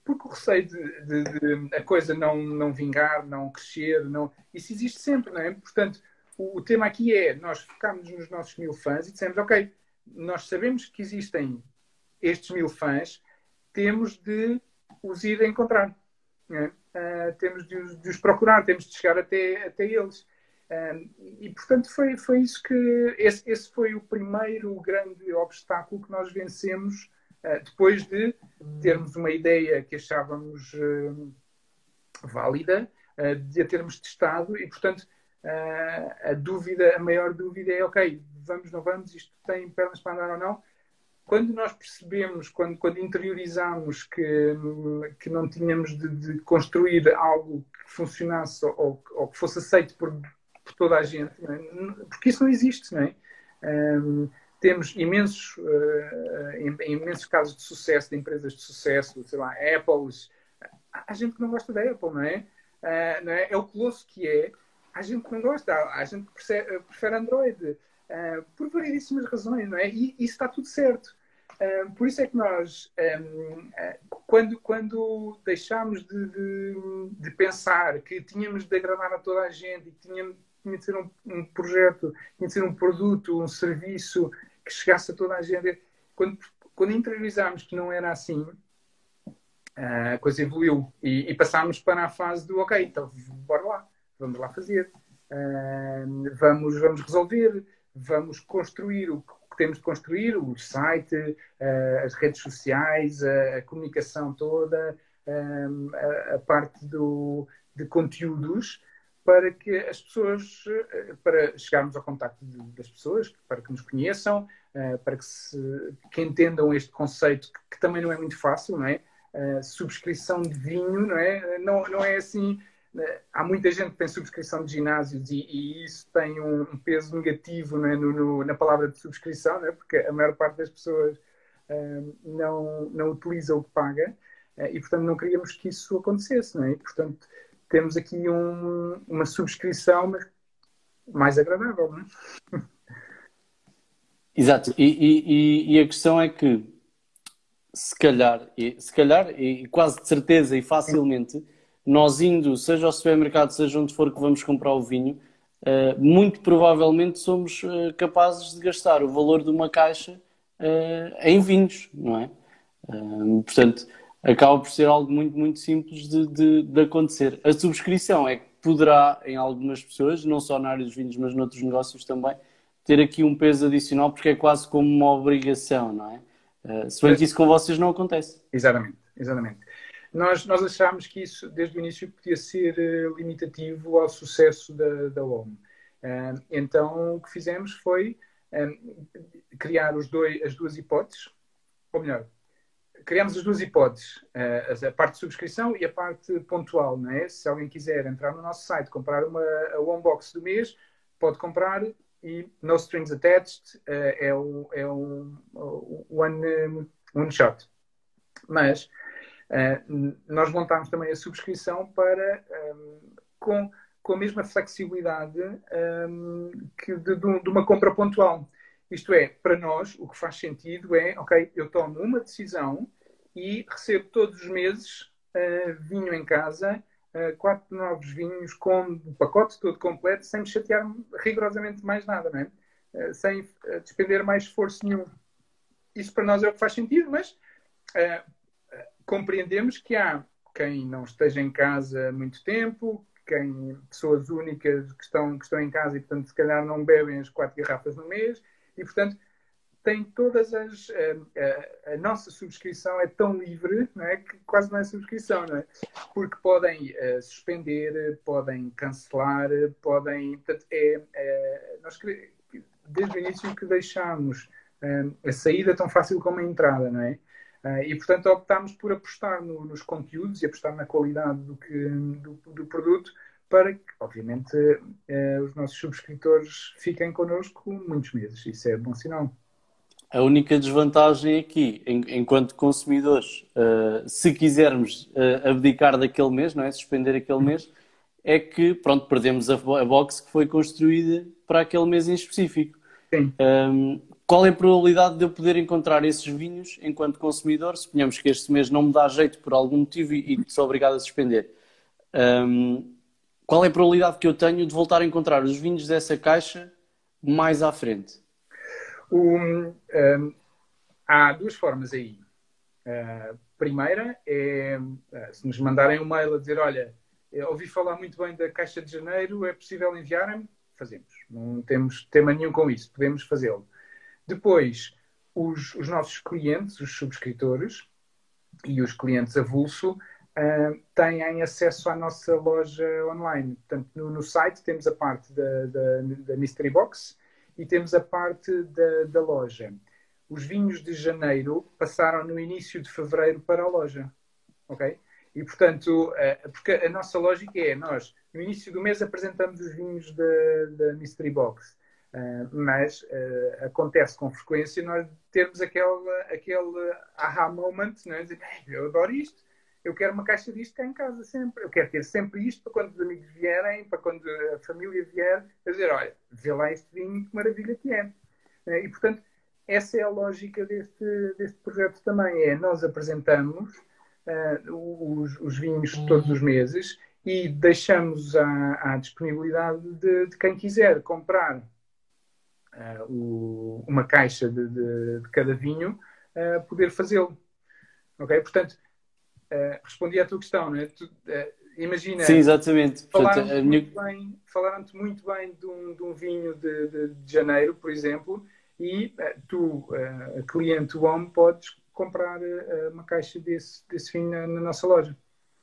porque o receio de, de, de a coisa não, não vingar, não crescer, não... isso existe sempre, não é? Portanto, o, o tema aqui é, nós focámos nos nossos mil fãs e dissemos, ok, nós sabemos que existem estes mil fãs, temos de os ir encontrar, não é? Uh, temos de os, de os procurar, temos de chegar até, até eles. Um, e, portanto, foi, foi isso que... Esse, esse foi o primeiro grande obstáculo que nós vencemos uh, depois de termos uma ideia que achávamos uh, válida, uh, de a termos testado e, portanto, uh, a dúvida, a maior dúvida é, ok, vamos, não vamos, isto tem pernas para andar ou não? Quando nós percebemos, quando, quando interiorizamos que, que não tínhamos de, de construir algo que funcionasse ou, ou que fosse aceito por, por toda a gente, não é? Porque isso não existe, não é? Um, temos imensos, uh, imensos casos de sucesso, de empresas de sucesso, sei lá, Apple. Há gente que não gosta da Apple, não é? Uh, não é? É o colosso que é. Há gente que não gosta, há gente que prefere, prefere Android. Uh, por variedíssimas razões, não é? E isso está tudo certo. Uh, por isso é que nós, um, uh, quando, quando deixámos de, de, de pensar que tínhamos de agradar a toda a gente e que tinha, tinha de ser um, um projeto, tinha de ser um produto, um serviço que chegasse a toda a gente, quando, quando interiorizámos que não era assim, uh, a coisa evoluiu e, e passámos para a fase do ok, então bora lá, vamos lá fazer, uh, vamos, vamos resolver. Vamos construir o que temos de construir, o site, as redes sociais, a comunicação toda, a parte do, de conteúdos, para que as pessoas, para chegarmos ao contacto das pessoas, para que nos conheçam, para que, se, que entendam este conceito, que, que também não é muito fácil, não é? Subscrição de vinho, não é? Não, não é assim... Há muita gente que tem subscrição de ginásios e, e isso tem um, um peso negativo, não é? no, no, na palavra de subscrição, não é? Porque a maior parte das pessoas uh, não, não utiliza o que paga uh, e, portanto, não queríamos que isso acontecesse. Não é? E, portanto, temos aqui um, uma subscrição mas mais agradável. Não é?
Exato. E, e, e a questão é que, se calhar, e, se calhar, e quase de certeza e facilmente... Nós indo, seja ao supermercado, seja onde for que vamos comprar o vinho, uh, muito provavelmente somos uh, capazes de gastar o valor de uma caixa uh, em vinhos, não é? Uh, portanto, acaba por ser algo muito, muito simples de, de, de acontecer. A subscrição é que poderá, em algumas pessoas, não só na área dos vinhos, mas noutros negócios também, ter aqui um peso adicional, porque é quase como uma obrigação, não é? Uh, se bem que isso com vocês não acontece.
Exatamente, exatamente. Nós, nós achámos que isso, desde o início, podia ser uh, limitativo ao sucesso da, da O M. Uh, então, o que fizemos foi um, criar os dois, as duas hipóteses, ou melhor, criamos as duas hipóteses, uh, a parte de subscrição e a parte pontual, não é? Se alguém quiser entrar no nosso site, comprar uma, a One Box do mês, pode comprar e no strings attached, uh, é o, é o, o one, one shot. Mas... Uh, nós montámos também a subscrição para, um, com, com a mesma flexibilidade um, que de, de uma compra pontual. Isto é, para nós, o que faz sentido é, ok, eu tomo uma decisão e recebo todos os meses uh, vinho em casa, uh, quatro novos vinhos com o pacote todo completo, sem me chatear rigorosamente mais nada, não é? Uh, sem uh, despender mais esforço nenhum. Isso para nós é o que faz sentido, mas... Uh, compreendemos que há quem não esteja em casa há muito tempo, quem, pessoas únicas que estão, que estão em casa e, portanto, se calhar não bebem as quatro garrafas no mês e, portanto, tem todas as... A, a, a nossa subscrição é tão livre, não é, que quase não é subscrição, não é? Porque podem uh, suspender, podem cancelar, podem... Portanto, é, é, nós, desde o início que deixámos uh, a saída tão fácil como a entrada, não é? Uh, e, portanto, optámos por apostar no, nos conteúdos e apostar na qualidade do, que, do, do produto para que, obviamente, uh, os nossos subscritores fiquem connosco muitos meses. Isso é bom sinal.
A única desvantagem aqui, em, enquanto consumidores, uh, se quisermos uh, abdicar daquele mês, não é? Suspender aquele mês, é que, pronto, perdemos a, a box que foi construída para aquele mês em específico.
Sim.
Um, qual é a probabilidade de eu poder encontrar esses vinhos enquanto consumidor? Suponhamos que este mês não me dá jeito por algum motivo e, e sou obrigado a suspender. Um, qual é a probabilidade que eu tenho de voltar a encontrar os vinhos dessa caixa mais à frente?
Um, um, há duas formas aí. A primeira é, se nos mandarem um mail a dizer, olha, ouvi falar muito bem da Caixa de Janeiro, é possível enviarem-me? Fazemos. Não temos tema nenhum com isso, podemos fazê-lo. Depois, os, os nossos clientes, os subscritores e os clientes avulso uh, têm acesso à nossa loja online. Portanto, no, no site temos a parte da, da, da Mystery Box e temos a parte da, da loja. Os vinhos de janeiro passaram no início de fevereiro para a loja. Ok? E, portanto, uh, porque a nossa lógica é, nós, no início do mês, apresentamos os vinhos da, da Mystery Box. Uh, mas uh, acontece com frequência nós termos aquele, aquele aha moment, não é? Dizer, eu adoro isto, eu quero uma caixa disto cá em casa sempre, eu quero ter sempre isto para quando os amigos vierem, para quando a família vier, a dizer, olha, vê lá este vinho, que maravilha que é. Uh, e, portanto, essa é a lógica deste, deste projeto também, é nós apresentamos uh, os, os vinhos todos os meses e deixamos à, à disponibilidade de, de quem quiser comprar Uh, o, uma caixa de, de, de cada vinho, uh, poder fazê-lo. Ok? Portanto, uh, respondi à tua questão, não é? Tu, uh, imagina...
Sim, exatamente.
Falaram-te
Portanto,
muito,
minha...
bem, falaram muito bem de um, de um vinho de, de, de janeiro, por exemplo, e uh, tu, uh, cliente home, podes comprar uh, uma caixa desse, desse vinho na, na nossa loja.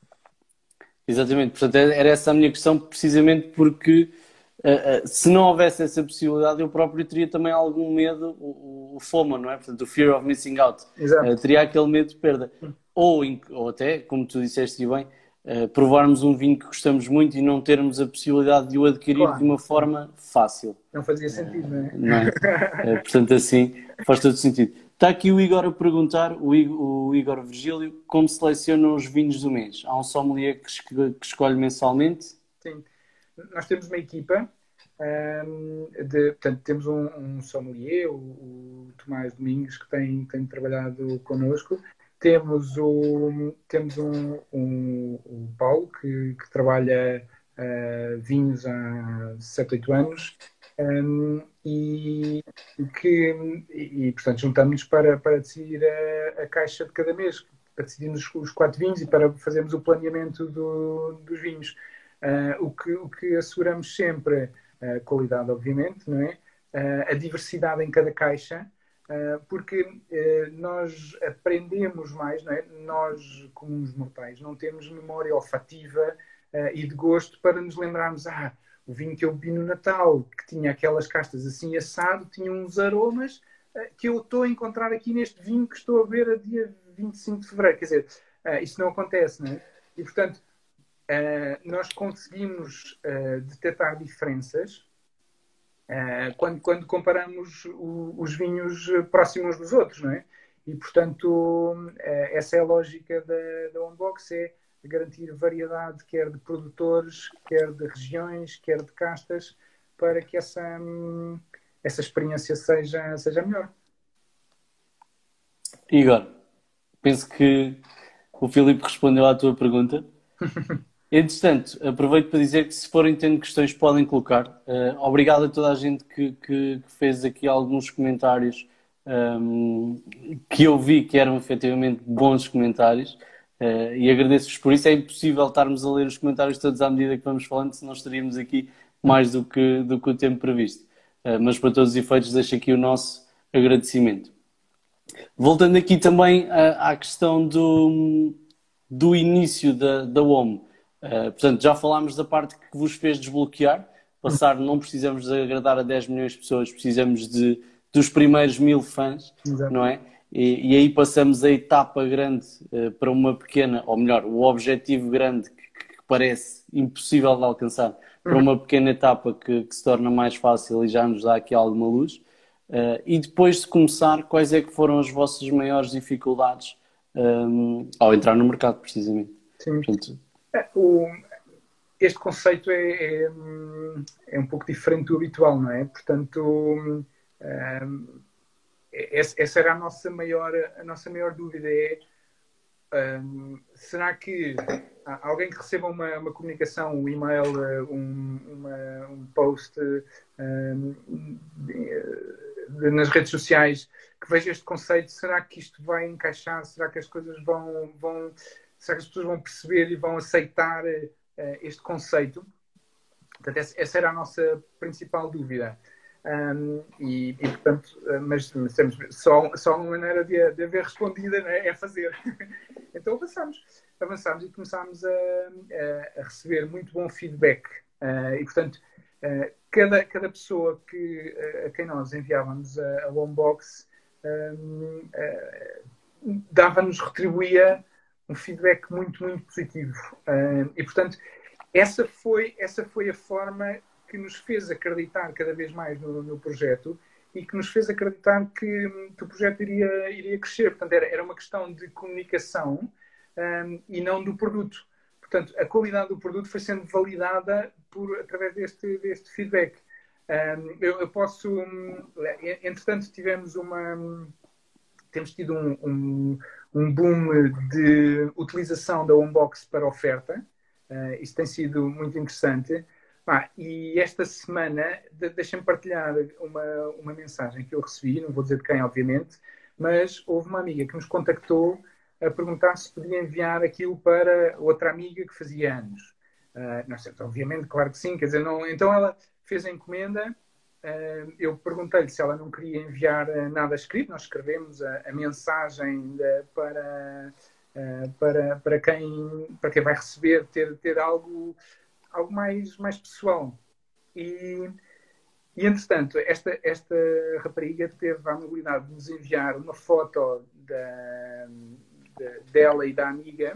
Exatamente. Portanto, era essa a minha questão, precisamente porque Uh, uh, se não houvesse essa possibilidade, eu próprio teria também algum medo, o, o FOMO, não é? Portanto, o Fear of Missing Out. Uh, teria aquele medo de perda. Ou, ou até, como tu disseste bem, uh, provarmos um vinho que gostamos muito e não termos a possibilidade de o adquirir claro, de uma forma fácil.
Não fazia sentido, não é?
Uh, não é? Uh, portanto, assim, faz todo sentido. Está aqui o Igor a perguntar, o Igor, o Igor Virgílio, como selecionam os vinhos do mês? Há um sommelier que, que escolhe mensalmente?
Sim. Nós temos uma equipa, um, de, portanto, temos um, um sommelier, o, o Tomás Domingos, que tem, tem trabalhado connosco. Temos o, temos um, um, o Paulo, que, que trabalha uh, vinhos há sete, oito anos, um, e, que, e, portanto, juntamos-nos para, para decidir a, a caixa de cada mês, para decidirmos os quatro vinhos e para fazermos o planeamento do, dos vinhos. Uh, o, que, o que asseguramos sempre, a uh, qualidade, obviamente, não é? Uh, a diversidade em cada caixa, uh, porque uh, nós aprendemos mais, não é? Nós, como os mortais, não temos memória olfativa uh, e de gosto para nos lembrarmos, ah, o vinho que eu bebi no Natal, que tinha aquelas castas assim assado, tinha uns aromas uh, que eu estou a encontrar aqui neste vinho que estou a ver a dia vinte e cinco de fevereiro. Quer dizer, uh, isso não acontece, não é? E, portanto, Uh, nós conseguimos uh, detectar diferenças uh, quando, quando comparamos o, os vinhos próximos dos outros, não é? E, portanto, uh, essa é a lógica da, da Onebox, é garantir variedade, quer de produtores, quer de regiões, quer de castas, para que essa, um, essa experiência seja, seja melhor.
Igor, penso que o Filipe respondeu à tua pergunta. Entretanto, aproveito para dizer que se forem tendo questões podem colocar. Uh, obrigado a toda a gente que, que, que fez aqui alguns comentários um, que eu vi que eram efetivamente bons comentários uh, e agradeço-vos por isso. É impossível estarmos a ler os comentários todos à medida que vamos falando, senão estaríamos aqui mais do que, do que o tempo previsto. Uh, mas para todos os efeitos deixo aqui o nosso agradecimento. Voltando aqui também uh, à questão do, do início da, da W O M. Uh, portanto, já falámos da parte que vos fez desbloquear. Passar, não precisamos de agradar a dez milhões de pessoas, precisamos de, dos primeiros mil fãs, Exato. Não é? E, e aí passamos a etapa grande uh, para uma pequena, ou melhor, o objetivo grande que, que parece impossível de alcançar, para uma pequena etapa que, que se torna mais fácil e já nos dá aqui alguma luz. Uh, e depois de começar, quais é que foram as vossas maiores dificuldades um, ao entrar no mercado, precisamente?
Sim. Portanto, O, este conceito é, é, é um pouco diferente do habitual, não é? Portanto, um, essa era a nossa maior, a nossa maior dúvida, é um, será que alguém que receba uma, uma comunicação, um e-mail, um, uma, um post um, de, de, nas redes sociais, que veja este conceito, será que isto vai encaixar? Será que as coisas vão, vão será que as pessoas vão perceber e vão aceitar uh, este conceito? Portanto, essa, essa era a nossa principal dúvida. Um, e, e, portanto, mas, mas temos só, só uma maneira de, de haver respondida, não é? É fazer. Então avançámos, avançámos e começámos a, a, a receber muito bom feedback. Uh, e, portanto, uh, cada, cada pessoa que, uh, a quem nós enviávamos a, a Wombox um, uh, dava-nos, retribuía um feedback muito, muito positivo. Uh, e, portanto, essa foi, essa foi a forma que nos fez acreditar cada vez mais no, no projeto e que nos fez acreditar que, que o projeto iria, iria crescer. Portanto, era, era uma questão de comunicação um, e não do produto. Portanto, a qualidade do produto foi sendo validada por, através deste, deste feedback. Um, eu, eu posso... Um, entretanto, tivemos uma... Temos tido um, um, um boom de utilização da Wombox para oferta. Uh, isso tem sido muito interessante. Ah, e esta semana, de, deixem-me partilhar uma, uma mensagem que eu recebi, não vou dizer de quem, obviamente, mas houve uma amiga que nos contactou a perguntar se podia enviar aquilo para outra amiga que fazia anos. Uh, nós dissemos, obviamente, claro que sim, quer dizer, não, então ela fez a encomenda, uh, eu perguntei-lhe se ela não queria enviar nada escrito, nós escrevemos a, a mensagem de, para, uh, para, para, quem, para quem vai receber, ter, ter algo... algo mais, mais pessoal. E, e entretanto, esta, esta rapariga teve a amabilidade de nos enviar uma foto da, de, dela e da amiga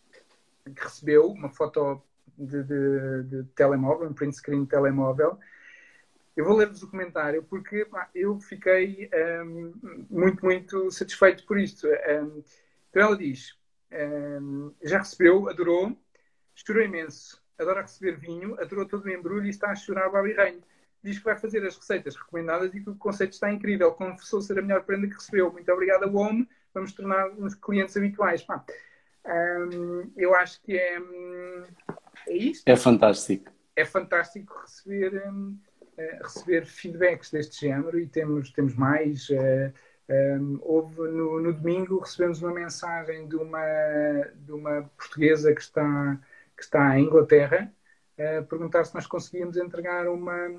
que recebeu, uma foto de, de, de telemóvel, um print screen de telemóvel. Eu vou ler-vos o comentário porque pá, eu fiquei um, muito, muito satisfeito por isto. Um, então ela diz, um, já recebeu, adorou, chorou imenso. Adora receber vinho, adorou todo o embrulho e está a chorar babirranho. Diz que vai fazer as receitas recomendadas e que o conceito está incrível. Confessou ser a melhor prenda que recebeu. Muito obrigada, Wom. Vamos tornar-nos clientes habituais. Pá, hum, eu acho que é, hum, é isto.
É fantástico.
É fantástico receber, hum, uh, receber feedbacks deste género e temos, temos mais. Uh, um, houve no, no domingo, recebemos uma mensagem de uma, de uma portuguesa que está... que está em Inglaterra, a perguntar se nós conseguíamos entregar uma,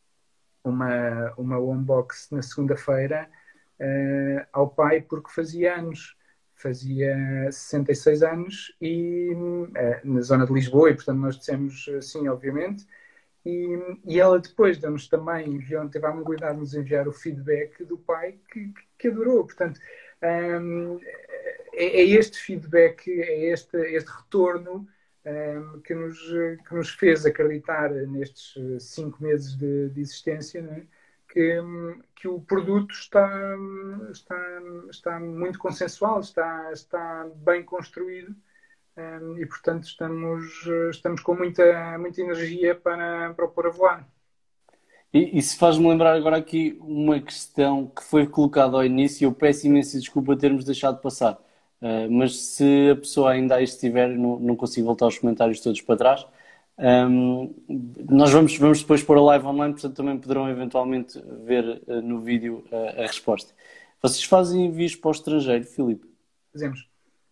uma, uma Wombox na segunda-feira uh, ao pai, porque fazia anos. Fazia sessenta e seis anos e uh, na zona de Lisboa, e portanto nós dissemos sim, obviamente. E, e ela depois deu-nos também, enviou, teve a amabilidade de nos enviar o feedback do pai que, que adorou. Portanto, um, é, é este feedback, é este, este retorno Um, que, nos, que nos fez acreditar nestes cinco meses de, de existência, né? que, que o produto está, está, está muito consensual, está, está bem construído um, e, portanto, estamos, estamos com muita, muita energia para, para o pôr a voar.
E isso faz-me lembrar agora aqui uma questão que foi colocada ao início e eu peço imensa desculpa termos deixado de passar. Uh, mas se a pessoa ainda aí estiver, não, não consigo voltar os comentários todos para trás. Um, nós vamos, vamos depois pôr a live online, portanto também poderão eventualmente ver uh, no vídeo uh, a resposta. Vocês fazem envios para o estrangeiro, Filipe?
Fazemos.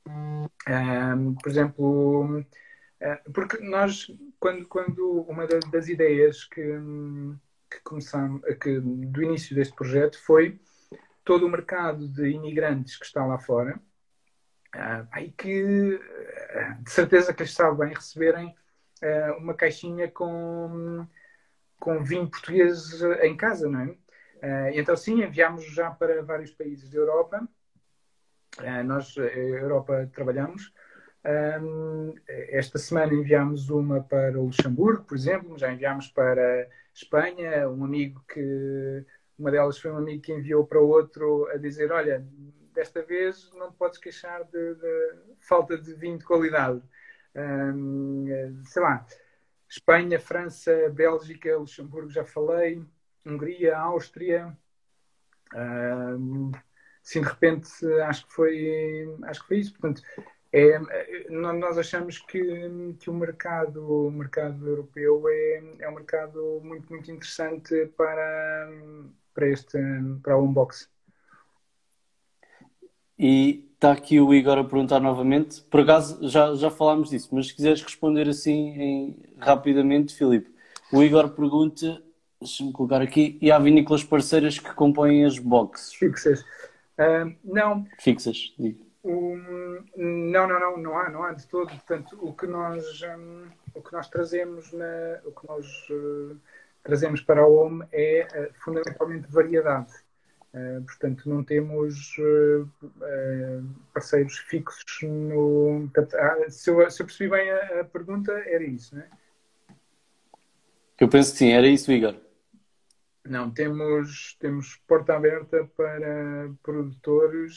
Um, por exemplo, uh, porque nós, quando, quando uma das ideias que, que começamos, que, do início deste projeto foi todo o mercado de imigrantes que está lá fora. Uh, e que uh, de certeza que lhes sabe bem receberem uh, uma caixinha com, com vinho português em casa, não é? Uh, então sim, enviámos já para vários países da Europa. Uh, nós, a Europa, trabalhamos. Um, esta semana enviámos uma para o Luxemburgo, por exemplo, já enviámos para Espanha. Um amigo que, uma delas foi um amigo que enviou para outro a dizer, olha, desta vez não te podes queixar de, de falta de vinho de qualidade. Um, sei lá, Espanha, França, Bélgica, Luxemburgo, já falei, Hungria, Áustria, Uh, sim, de repente, acho que foi, acho que foi isso. Portanto, é, nós achamos que, que o mercado, o mercado europeu é, é um mercado muito, muito interessante para, para, este, para o Unbox.
E está aqui o Igor a perguntar novamente. Por acaso já, já falámos disso, mas se quiseres responder assim em- rapidamente, Filipe. O Igor pergunta, deixa-me colocar aqui, e há vinícolas parceiras que compõem as boxes
Fixas. Uh, não,
fixas, digo.
o, não, não, não, não há, não há de todo. Portanto, o que nós, um, o que nós trazemos, na, o que nós uh, trazemos para o Home é uh, fundamentalmente variedade. Uh, portanto, não temos uh, uh, parceiros fixos no. Portanto, ah, se, eu, se eu percebi bem a, a pergunta, era isso, não é?
Eu penso que sim, era isso, Igor.
Não, temos, temos porta aberta para produtores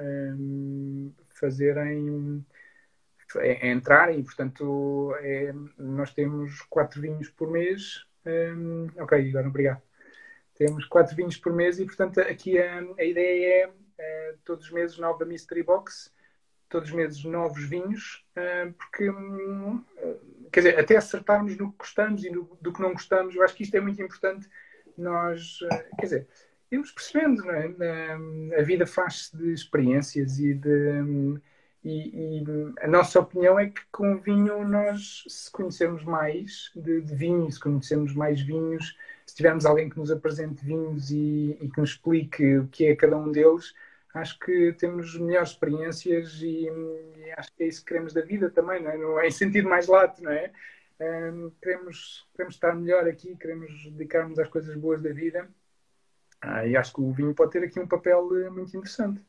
um, fazerem, é, entrarem, portanto, é, nós temos quatro vinhos por mês. Um, ok, Igor, obrigado. Temos quatro vinhos por mês e, portanto, aqui a, a ideia é, é todos os meses nova Mystery Box, todos os meses novos vinhos, uh, porque, um, quer dizer, até acertarmos no que gostamos e no, do que não gostamos, eu acho que isto é muito importante. Nós, uh, quer dizer, irmos percebendo, não é? A vida faz-se de experiências e de. Um, e, e, a nossa opinião é que com vinho nós, se conhecermos mais de, de vinho, se conhecermos mais vinhos, se tivermos alguém que nos apresente vinhos e, e que nos explique o que é cada um deles, acho que temos melhores experiências e, e acho que é isso que queremos da vida também, não é? Não é em sentido mais lato, não é? Um, queremos, queremos estar melhor aqui, queremos dedicar-nos às coisas boas da vida. Ah, e acho que o vinho pode ter aqui um papel muito interessante.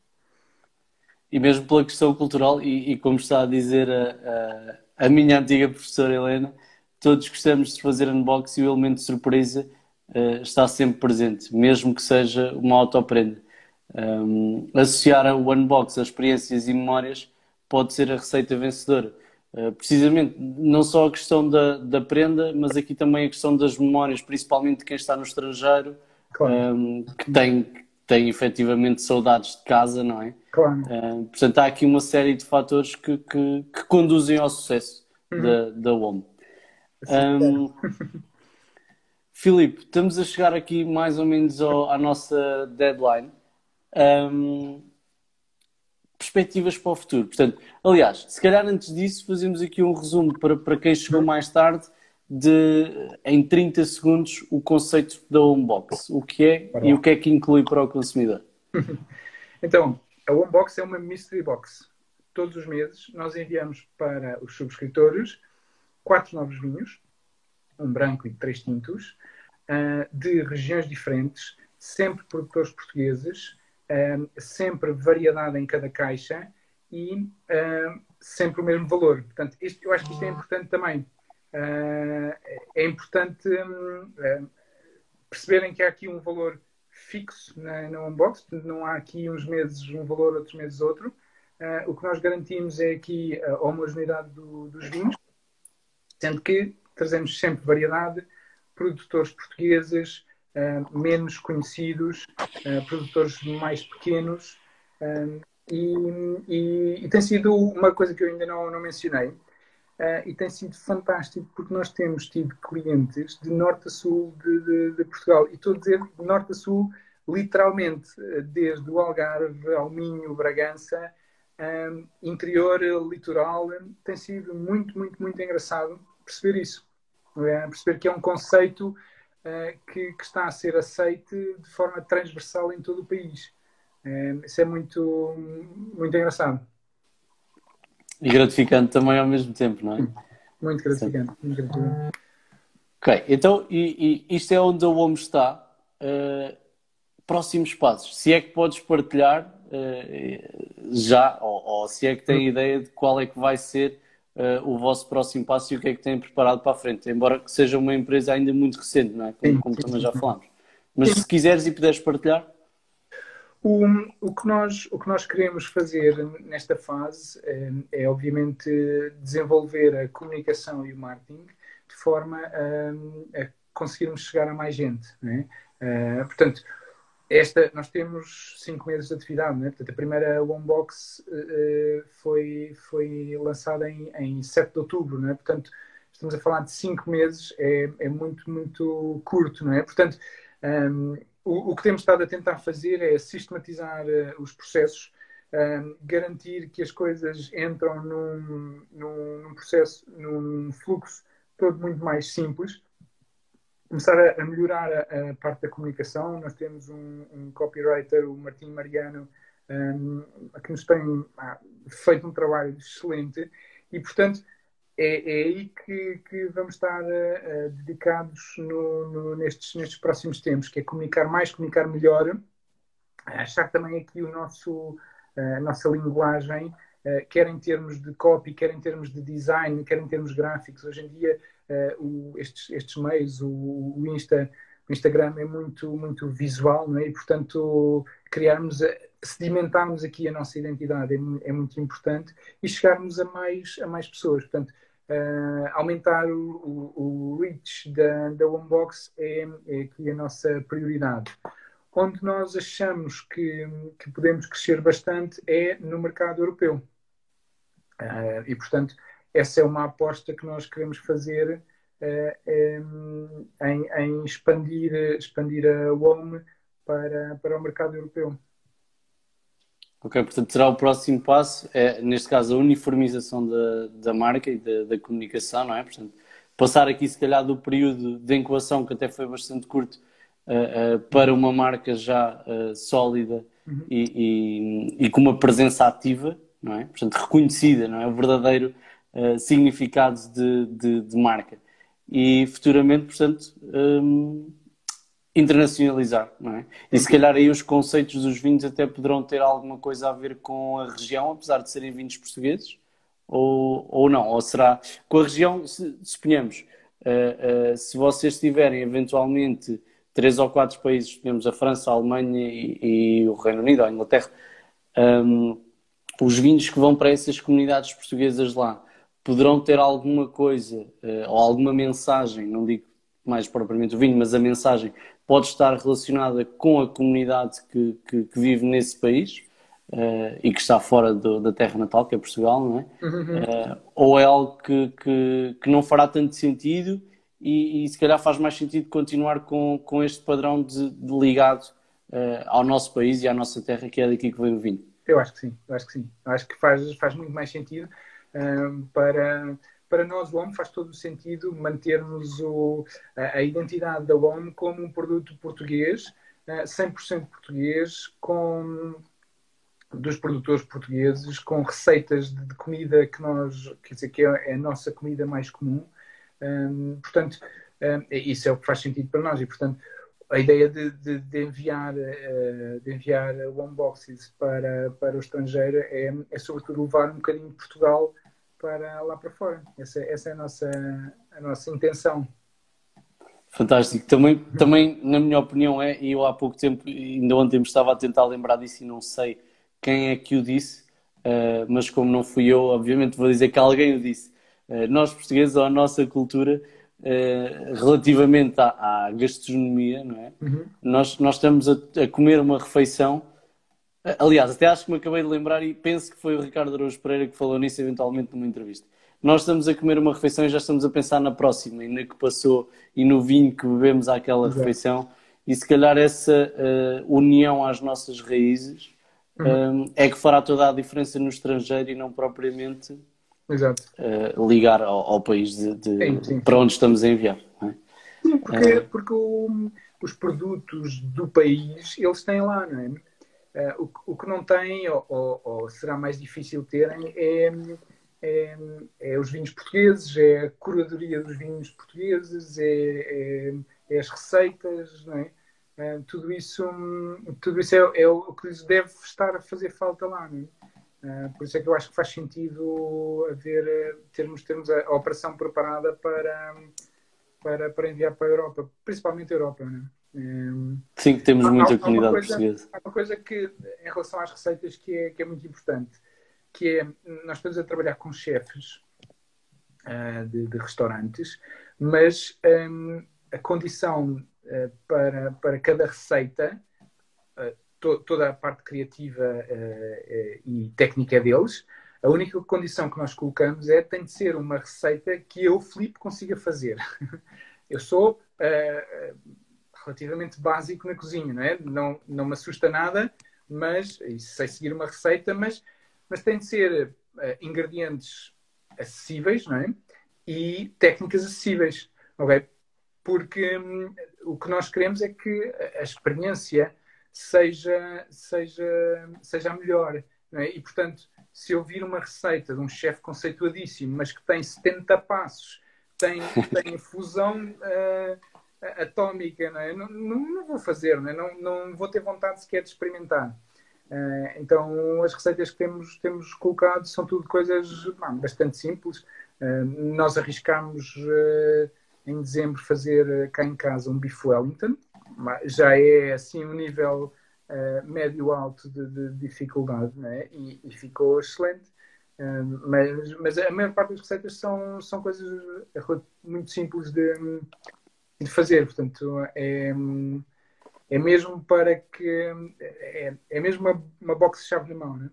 E mesmo pela questão cultural, e, e como está a dizer a, a, a minha antiga professora Helena, todos gostamos de fazer unboxing e o elemento de surpresa uh, está sempre presente, mesmo que seja uma autoprenda. Um, associar o unbox a experiências e memórias pode ser a receita vencedora. Uh, precisamente, não só a questão da, da prenda, mas aqui também a questão das memórias, principalmente de quem está no estrangeiro,
Claro.
um, que tem, tem efetivamente saudades de casa, não é?
Claro.
Uh, portanto, há aqui uma série de fatores que, que, que conduzem ao sucesso uhum. da, da W O M. Um, Filipe, estamos a chegar aqui mais ou menos ao, à nossa deadline. Um, perspectivas para o futuro. Portanto, aliás, se calhar antes disso fazemos aqui um resumo para, para quem chegou mais tarde de, em trinta segundos, o conceito da Homebox. O que é e o que é que inclui para o consumidor.
Então, a Homebox é uma Mystery Box. Todos os meses nós enviamos para os subscritores quatro novos vinhos, um branco e três tintos, de regiões diferentes, sempre produtores portugueses, sempre variedade em cada caixa e sempre o mesmo valor. Portanto, isto, eu acho que isto é importante também. É importante perceberem que há aqui um valor fixo na, na Unbox, não há aqui uns meses um valor, outros meses outro. Uh, o que nós garantimos é aqui a homogeneidade do, dos vinhos, sendo que trazemos sempre variedade, produtores portugueses, uh, menos conhecidos, uh, produtores mais pequenos, uh, e, e, e tem sido uma coisa que eu ainda não, não mencionei, Uh, e tem sido fantástico porque nós temos tido clientes de norte a sul de, de, de Portugal. E estou a dizer de norte a sul, literalmente, desde o Algarve ao Minho, Bragança, um, interior, litoral. Tem sido muito, muito, muito engraçado perceber isso. É? Perceber que é um conceito uh, que, que está a ser aceito de forma transversal em todo o país. Uh, isso é muito, muito engraçado.
E gratificante também ao mesmo tempo, não é?
Muito gratificante. Muito gratificante.
Ok, então e, e isto é onde a W O M está. Uh, próximos passos. Se é que podes partilhar uh, já, ou, ou se é que tem ideia de qual é que vai ser uh, o vosso próximo passo e o que é que têm preparado para a frente. Embora que seja uma empresa ainda muito recente, não é? Como, sim, como sim, também sim. já falámos. Mas sim. se quiseres e puderes partilhar...
O, o, que nós, o que nós queremos fazer nesta fase é, é, obviamente, desenvolver a comunicação e o marketing de forma a, a conseguirmos chegar a mais gente. Não é? Uh, portanto, esta, nós temos cinco meses de atividade, não é? Portanto, a primeira Wombox uh, foi, foi lançada em, em sete de outubro, não é? Portanto, estamos a falar de cinco meses, é, é muito, muito curto, não é? Portanto, um, o, o que temos estado a tentar fazer é sistematizar uh, os processos, um, garantir que as coisas entram num, num, num processo, num fluxo todo muito mais simples, começar a, a melhorar a, a parte da comunicação. Nós temos um, um copywriter, o Martim Mariano, um, que nos tem ah, feito um trabalho excelente e, portanto, é, é aí que, que vamos estar uh, uh, dedicados no, no, nestes, nestes próximos tempos, que é comunicar mais, comunicar melhor, achar também aqui o nosso, uh, a nossa linguagem, uh, quer em termos de copy, quer em termos de design, quer em termos gráficos. Hoje em dia, uh, o, estes, estes meios, o, o, Insta, o Instagram é muito, muito visual, não é? E, portanto, criarmos, a, sedimentarmos aqui a nossa identidade é, é muito importante e chegarmos a mais, a mais pessoas. Portanto, Uh, aumentar o, o, o reach da, da Wombox é, é aqui a nossa prioridade. Onde nós achamos que, que podemos crescer bastante é no mercado europeu. Uh, e, portanto, essa é uma aposta que nós queremos fazer uh, um, em, em expandir, expandir a WOM para, para o mercado europeu.
Ok, portanto será o próximo passo, é, neste caso a uniformização da, da marca e da, da comunicação, não é? Portanto, passar aqui se calhar do período de incubação, que até foi bastante curto, uh, uh, para uma marca já uh, sólida uhum. e, e, e com uma presença ativa, não é? Portanto, reconhecida, não é? O verdadeiro uh, significado de, de, de marca. E futuramente, portanto... Um, internacionalizar, não é? E se calhar aí os conceitos dos vinhos até poderão ter alguma coisa a ver com a região, apesar de serem vinhos portugueses, ou, ou não, ou será com a região, se, suponhamos, uh, uh, se vocês tiverem eventualmente três ou quatro países, temos a França, a Alemanha e, e o Reino Unido, a Inglaterra, um, os vinhos que vão para essas comunidades portuguesas lá poderão ter alguma coisa uh, ou alguma mensagem, não digo mais propriamente o vinho, mas a mensagem pode estar relacionada com a comunidade que, que, que vive nesse país uh, e que está fora do, da terra natal, que é Portugal, não é? Uhum. Uh, ou é algo que, que, que não fará tanto sentido e, e se calhar faz mais sentido continuar com, com este padrão de, de ligado uh, ao nosso país e à nossa terra, que é daqui que vem o vinho.
Eu acho que sim, eu acho que sim. Eu acho que faz, faz muito mais sentido uh, para... Para nós, o W O M faz todo o sentido mantermos o, a, a identidade da W O M como um produto português, cem por cento português, com, dos produtores portugueses, com receitas de, de comida que nós, quer dizer, que é a nossa comida mais comum. Um, portanto, um, isso é o que faz sentido para nós e, portanto, a ideia de, de, de enviar, uh, de enviar Womboxes para, para o estrangeiro é, é, sobretudo, levar um bocadinho de Portugal para lá para fora. Essa, essa é a nossa, a nossa intenção.
Fantástico. Também, também, na minha opinião, é, e eu há pouco tempo, ainda ontem me estava a tentar lembrar disso e não sei quem é que o disse, uh, mas como não fui eu, obviamente vou dizer que alguém o disse. Uh, nós portugueses, ou a nossa cultura, uh, relativamente à, à gastronomia, não é? Uhum. Nós, nós estamos a, a comer uma refeição. Aliás, até acho que me acabei de lembrar e penso que foi o Ricardo Araújo Pereira que falou nisso eventualmente numa entrevista. Nós estamos a comer uma refeição e já estamos a pensar na próxima e na que passou e no vinho que bebemos àquela Exato. refeição e se calhar essa uh, união às nossas raízes uhum. um, é que fará toda a diferença no estrangeiro e não propriamente uh, ligar ao, ao país de, de, sim, sim. para onde estamos a enviar. Não é?
Sim, porque, uh, porque o, os produtos do país eles têm lá, não é? Uh, o, o que não tem, ou, ou, ou será mais difícil terem, é, é, é os vinhos portugueses, é a curadoria dos vinhos portugueses, é, é, é as receitas, não é? Uh, tudo isso, tudo isso é, é o que lhes deve estar a fazer falta lá, não é? Uh, por isso é que eu acho que faz sentido haver, termos, termos a, a operação preparada para, para, para enviar para a Europa, principalmente a Europa, não é?
Sim, temos muita
há,
comunidade
há coisa,
portuguesa.
Há uma coisa que, em relação às receitas, que é, que é muito importante, que é, nós estamos a trabalhar com chefes uh, de, de restaurantes, mas um, a condição uh, para, para cada receita uh, to, toda a parte criativa uh, uh, e técnica é deles. A única condição que nós colocamos é tem de ser uma receita que eu, Filipe, consiga fazer. Eu sou uh, relativamente básico na cozinha, não é? Não, não me assusta nada, mas e sei seguir uma receita, mas, mas tem de ser uh, ingredientes acessíveis, não é? E técnicas acessíveis, ok? Porque hum, o que nós queremos é que a experiência seja, seja, seja a melhor, não é? E, portanto, se eu vir uma receita de um chefe conceituadíssimo, mas que tem setenta passos, tem, tem fusão uh, atómica, não é? Não, não, não vou fazer, não, é? não, não vou ter vontade sequer de experimentar. Uh, então, as receitas que temos, temos colocado são tudo coisas ah, bastante simples. Uh, nós arriscámos uh, em dezembro fazer uh, cá em casa um bife Wellington. Já é assim um nível uh, médio-alto de, de dificuldade, né? e, e ficou excelente. Uh, mas, mas a maior parte das receitas são, são coisas muito simples de, de fazer. Portanto, é, é mesmo para que... É, é mesmo uma, uma box de chave na mão, né?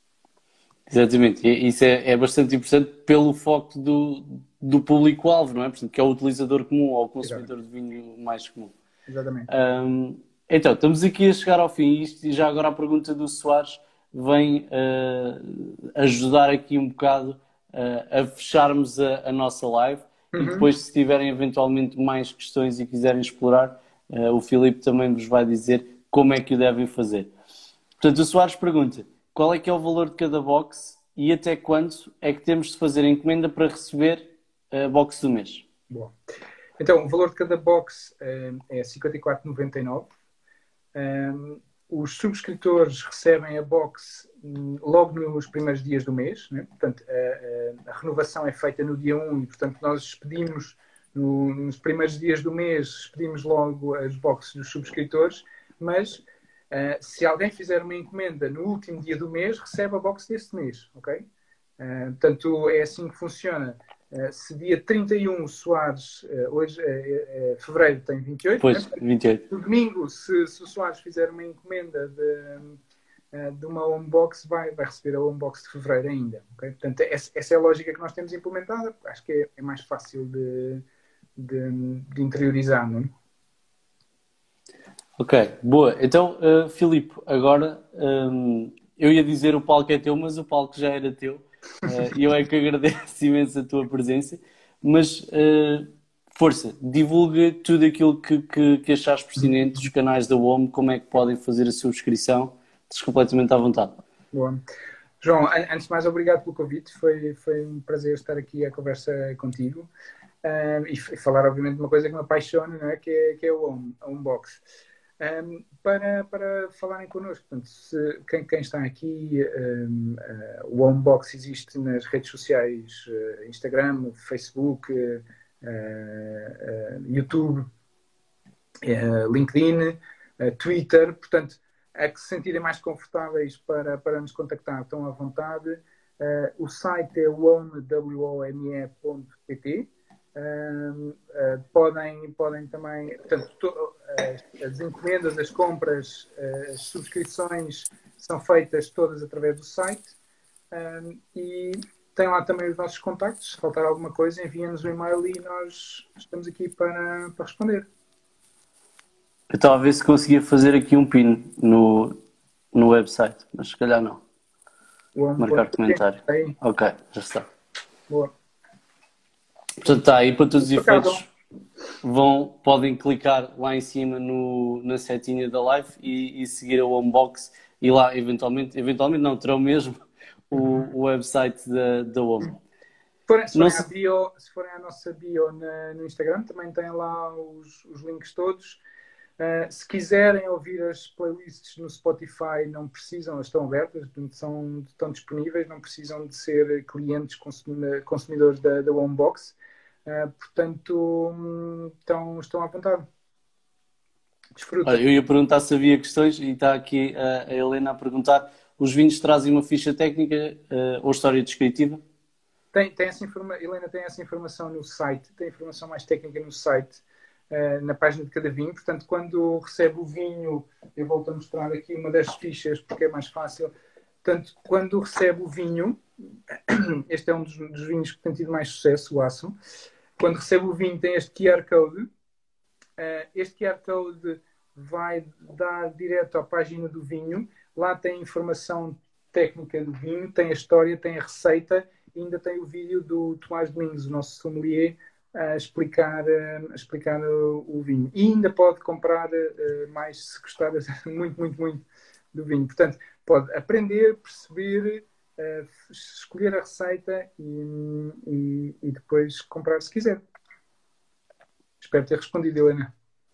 Exatamente, e isso é, é bastante importante pelo foco do, do público-alvo, não é? Portanto, que é o utilizador comum ou o consumidor de vinho mais comum.
Exatamente.
Um, então, estamos aqui a chegar ao fim isto, e já agora a pergunta do Soares vem uh, ajudar aqui um bocado uh, a fecharmos a, a nossa live. Uhum. E depois, se tiverem eventualmente mais questões e quiserem explorar, uh, o Filipe também vos vai dizer como é que o devem fazer. Portanto, o Soares pergunta: qual é que é o valor de cada box e até quando é que temos de fazer a encomenda para receber a box do mês?
Bom. Então, o valor de cada box uh, é cinquenta e quatro vírgula noventa e nove. Um, os subscritores recebem a box um, logo nos primeiros dias do mês, né? Portanto, a, a, a renovação é feita no dia um e, portanto, nós expedimos no, nos primeiros dias do mês, expedimos logo as boxes dos subscritores, mas uh, se alguém fizer uma encomenda no último dia do mês, recebe a box desse mês, ok? Uh, portanto, é assim que funciona. Uh, se dia trinta e um o Soares, uh, hoje, uh, uh, fevereiro tem vinte e oito,
pois,
né?
vinte e oito.
No domingo, se, se o Soares fizer uma encomenda de, uh, de uma homebox, vai, vai receber a homebox de fevereiro ainda, okay? Portanto, essa, essa é a lógica que nós temos implementada. Acho que é, é mais fácil de, de, de interiorizar, não é?
Ok, boa. Então, uh, Filipe, agora um, eu ia dizer o palco é teu, mas o palco já era teu. E uh, eu é que agradeço imenso a tua presença. Mas, uh, força, divulga tudo aquilo que, que, que achares pertinente, os canais da W O M, como é que podem fazer a subscrição. Estás completamente à vontade.
Boa. João, antes de mais, obrigado pelo convite. Foi, foi um prazer estar aqui a conversa contigo. Uh, e falar, obviamente, de uma coisa que me apaixona, não é? Que é, que é o home, a Homebox. Um, para, para falarem connosco. Portanto, se, quem, quem está aqui, um, uh, o Homebox existe nas redes sociais, uh, Instagram, Facebook, uh, uh, YouTube, uh, LinkedIn, uh, Twitter. Portanto, a que se sentirem mais confortáveis para, para nos contactar, estão à vontade. Uh, o site é wome ponto pt. Uh, uh, podem, podem também, portanto, to, uh, as encomendas, as compras, uh, as subscrições são feitas todas através do site, uh, e tem lá também os nossos contactos. Se faltar alguma coisa, enviem-nos um e-mail e nós estamos aqui para, para responder.
Eu estava a ver se conseguia fazer aqui um pin no, no website, mas se calhar não. Marcar comentário. Aí. Ok, já está.
Boa.
Portanto, está aí para todos os efeitos. Vão, podem clicar lá em cima no, na setinha da live e, e seguir a Homebox, e lá eventualmente, eventualmente não, terão mesmo o, o website da, da Home.
Se forem, se, forem se... bio, se forem à nossa bio na, no Instagram, também tem lá os, os links todos. Uh, se quiserem ouvir as playlists no Spotify, não precisam, elas estão abertas, são, estão disponíveis, não precisam de ser clientes consumidores da, da Homebox. Uh, portanto, um, estão, estão à vontade. Desfrutem.
Olha, eu ia perguntar se havia questões e está aqui a, a Helena a perguntar: os vinhos trazem uma ficha técnica uh, ou história descritiva?
Tem, tem essa informa... Helena tem essa informação no site, tem informação mais técnica no site. uh, na página de cada vinho. Portanto, quando recebe o vinho, eu volto a mostrar aqui uma das fichas porque é mais fácil. Portanto, quando recebe o vinho, este é um dos, dos vinhos que tem tido mais sucesso, o Aço. Quando recebe o vinho tem este Q R Code. Uh, este Q R Code vai dar direto à página do vinho. Lá tem informação técnica do vinho, tem a história, tem a receita e ainda tem o vídeo do Tomás Domingos, o nosso sommelier, a explicar, a explicar o, o vinho. E ainda pode comprar uh, mais, se gostar muito, muito, muito do vinho. Portanto, pode aprender, perceber, uh, escolher a receita e, e, e depois comprar se quiser. Espero ter respondido, Helena.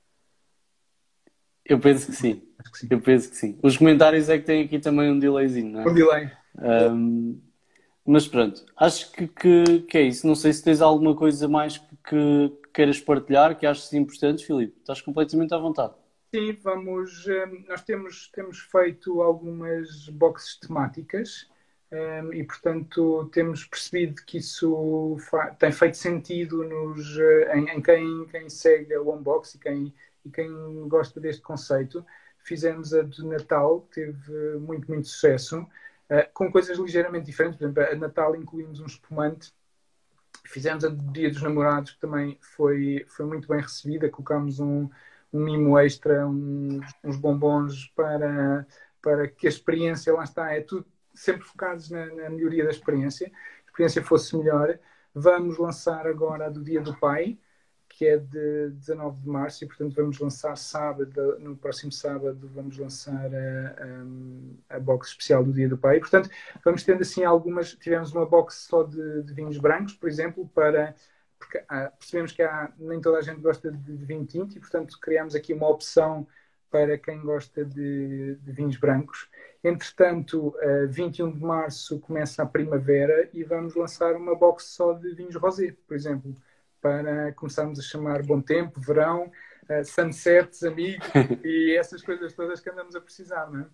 Eu penso que sim.
Acho que sim.
Eu penso que sim. Os comentários é que têm aqui também um delayzinho, não é?
Um delay.
Um, mas pronto, acho que, que, que é isso. Não sei se tens alguma coisa mais que, que queiras partilhar, que achas importante, Filipe. Estás completamente à vontade.
Sim, vamos. Nós temos, temos feito algumas boxes temáticas um, e, portanto, temos percebido que isso tem feito sentido nos, em, em quem, quem segue a Wombox e quem, e quem gosta deste conceito. Fizemos a de Natal, que teve muito, muito sucesso, uh, com coisas ligeiramente diferentes. Por exemplo, a Natal incluímos um espumante. Fizemos a do Dia dos Namorados, que também foi, foi muito bem recebida. Colocámos um, um mimo extra, um, uns bombons para, para que a experiência, lá está, é tudo sempre focados na, na melhoria da experiência. A experiência fosse melhor. Vamos lançar agora a do Dia do Pai, que é de dezanove de março, e portanto vamos lançar sábado, no próximo sábado vamos lançar a, a, a box especial do Dia do Pai. E, portanto, vamos tendo assim algumas, tivemos uma box só de, de vinhos brancos, por exemplo, para, porque ah, percebemos que há, nem toda a gente gosta de, de vinho tinto, e portanto criámos aqui uma opção para quem gosta de, de vinhos brancos. Entretanto, a vinte e um de março começa a primavera e vamos lançar uma box só de vinhos rosé, por exemplo, para começarmos a chamar bom tempo, verão, uh, sunsets, amigos e essas coisas todas que andamos a precisar, não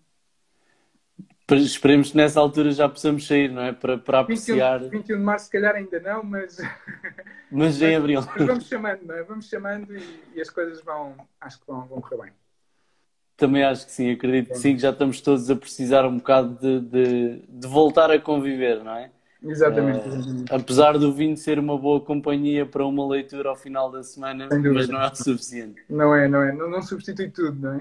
é?
Esperemos que nessa altura já possamos sair, não é? Para, para apreciar.
vinte e um de março, se calhar ainda não, mas.
Mas em abril.
Mas vamos chamando, não é? Vamos chamando e, e as coisas vão, acho que vão, vão correr bem.
Também acho que sim, acredito que sim, que já estamos todos a precisar um bocado de, de, de voltar a conviver, não é?
Exatamente.
Uh, apesar do vinho ser uma boa companhia para uma leitura ao final da semana, mas não é o suficiente.
Não é, não é. Não, não substitui tudo, não é?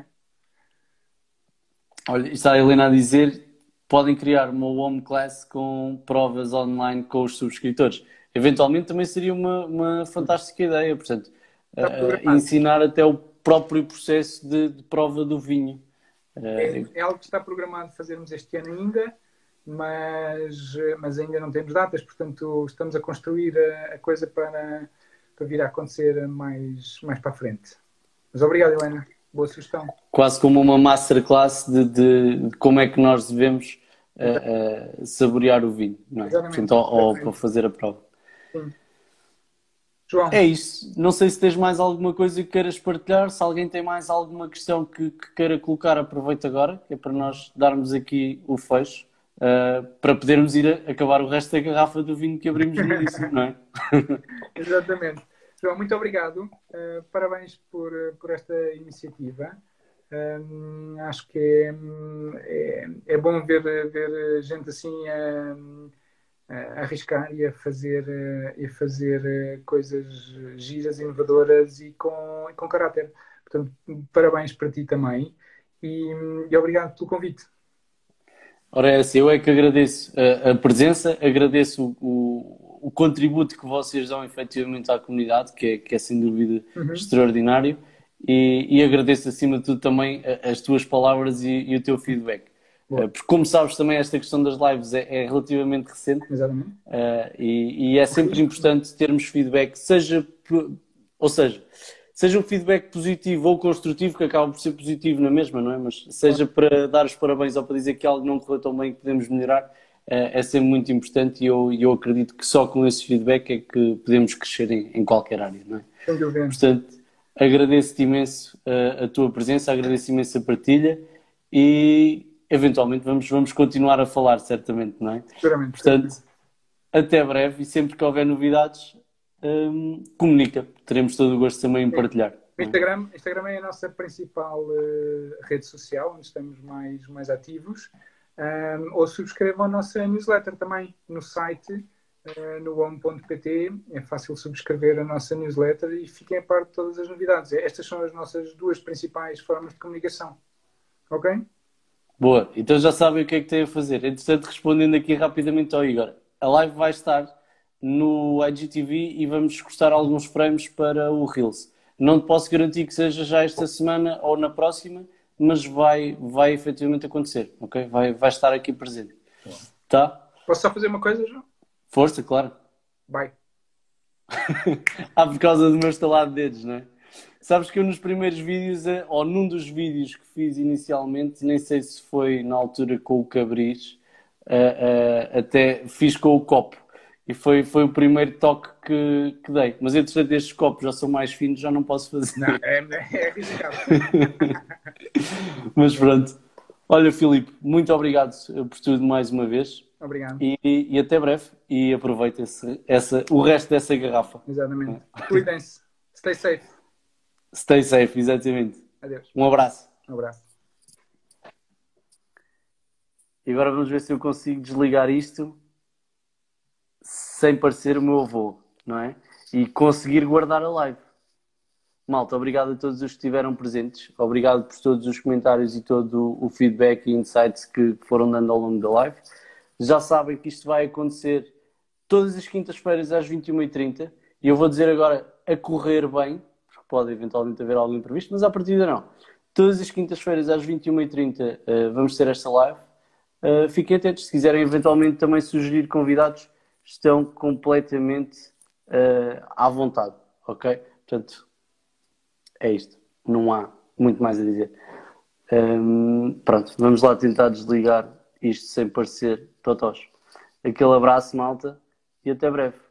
Olha, está a Helena a dizer, podem criar uma home class com provas online com os subscritores. Eventualmente também seria uma, uma fantástica ideia, portanto, uh, ensinar até o próprio processo de, de prova do vinho. Uh,
é, é algo que está programado fazermos este ano ainda, mas, mas ainda não temos datas, portanto estamos a construir a, a coisa para, para vir a acontecer mais, mais para a frente. Mas obrigado, Helena. Boa sugestão.
Quase como uma masterclass de, de, de como é que nós devemos uh, uh, saborear o vinho, não é? Portanto, ou, ou para fazer a prova.
Sim. João.
É isso. Não sei se tens mais alguma coisa que queiras partilhar. Se alguém tem mais alguma questão que, que queira colocar, aproveita agora, que é para nós darmos aqui o fecho. Uh, para podermos ir a acabar o resto da garrafa do vinho que abrimos no início, não é?
Exatamente. João, muito obrigado. Uh, parabéns por, por esta iniciativa. Um, acho que é, é, é bom ver, ver gente assim a, a arriscar e a fazer, e a fazer coisas giras, inovadoras e com, com caráter. Portanto, parabéns para ti também e, e obrigado pelo convite.
Ora, é assim, eu é que agradeço a, a presença, agradeço o, o, o contributo que vocês dão efetivamente à comunidade, que é, que é sem dúvida uhum. extraordinário, e, e agradeço acima de tudo também as tuas palavras e, e o teu feedback. Uh, porque como sabes também esta questão das lives é, é relativamente recente.
Exatamente.
Uh, e, e é sempre importante termos feedback, seja, ou seja, seja um feedback positivo ou construtivo, que acaba por ser positivo na mesma, não é? Mas seja para dar os parabéns ou para dizer que algo não correu tão bem que podemos melhorar, é sempre muito importante e eu, eu acredito que só com esse feedback é que podemos crescer em, em qualquer área, não é?
Sem dúvida.
Portanto, agradeço-te imenso a, a tua presença, agradeço imenso a partilha e eventualmente vamos, vamos continuar a falar, certamente, não é?
Seguramente.
Portanto, até breve e sempre que houver novidades, Hum, comunica, teremos todo o gosto também em partilhar.
O Instagram, Instagram é a nossa principal uh, rede social, onde estamos mais, mais ativos. Um, ou subscrevam a nossa newsletter também no site, uh, no home ponto pt. É fácil subscrever a nossa newsletter e fiquem a par de todas as novidades. Estas são as nossas duas principais formas de comunicação. Ok?
Boa, então já sabem o que é que têm a fazer. Entretanto, respondendo aqui rapidamente ao Igor, a live vai estar no I G T V e vamos cortar alguns frames para o Reels. Não te posso garantir que seja já esta semana ou na próxima, mas vai, vai efetivamente acontecer, ok? Vai, vai estar aqui presente. Tá?
Posso só fazer uma coisa, João?
Força, claro.
Vai.
Ah, por causa do meu estalar de dedos, não é? Sabes que eu nos primeiros vídeos, ou num dos vídeos que fiz inicialmente, nem sei se foi na altura com o Cabris, uh, uh, até fiz com o copo. E foi, foi o primeiro toque que, que dei. Mas entretanto estes copos já são mais finos, já não posso fazer.
Não, é, é arriscado.
Mas pronto. Olha, Filipe, muito obrigado por tudo mais uma vez.
Obrigado.
E, e até breve. E aproveita esse, essa, o resto dessa garrafa.
Exatamente. Cuidem-se. Stay safe.
Stay safe, exatamente.
Adeus.
Um abraço.
Um abraço.
E agora vamos ver se eu consigo desligar isto sem parecer o meu avô, não é? E conseguir guardar a live. Malta, obrigado a todos os que estiveram presentes. Obrigado por todos os comentários e todo o feedback e insights que foram dando ao longo da live. Já sabem que isto vai acontecer todas as quintas-feiras às vinte e uma e trinta. E eu vou dizer agora a correr bem, porque pode eventualmente haver algum imprevisto, mas à partida não. Todas as quintas-feiras às vinte e uma e trinta uh, vamos ter esta live. Uh, fiquem atentos. Se quiserem eventualmente também sugerir convidados, estão completamente uh, à vontade. Ok? Portanto, é isto. Não há muito mais a dizer. Um, pronto, vamos lá tentar desligar isto sem parecer totós. Aquele abraço, malta, e até breve.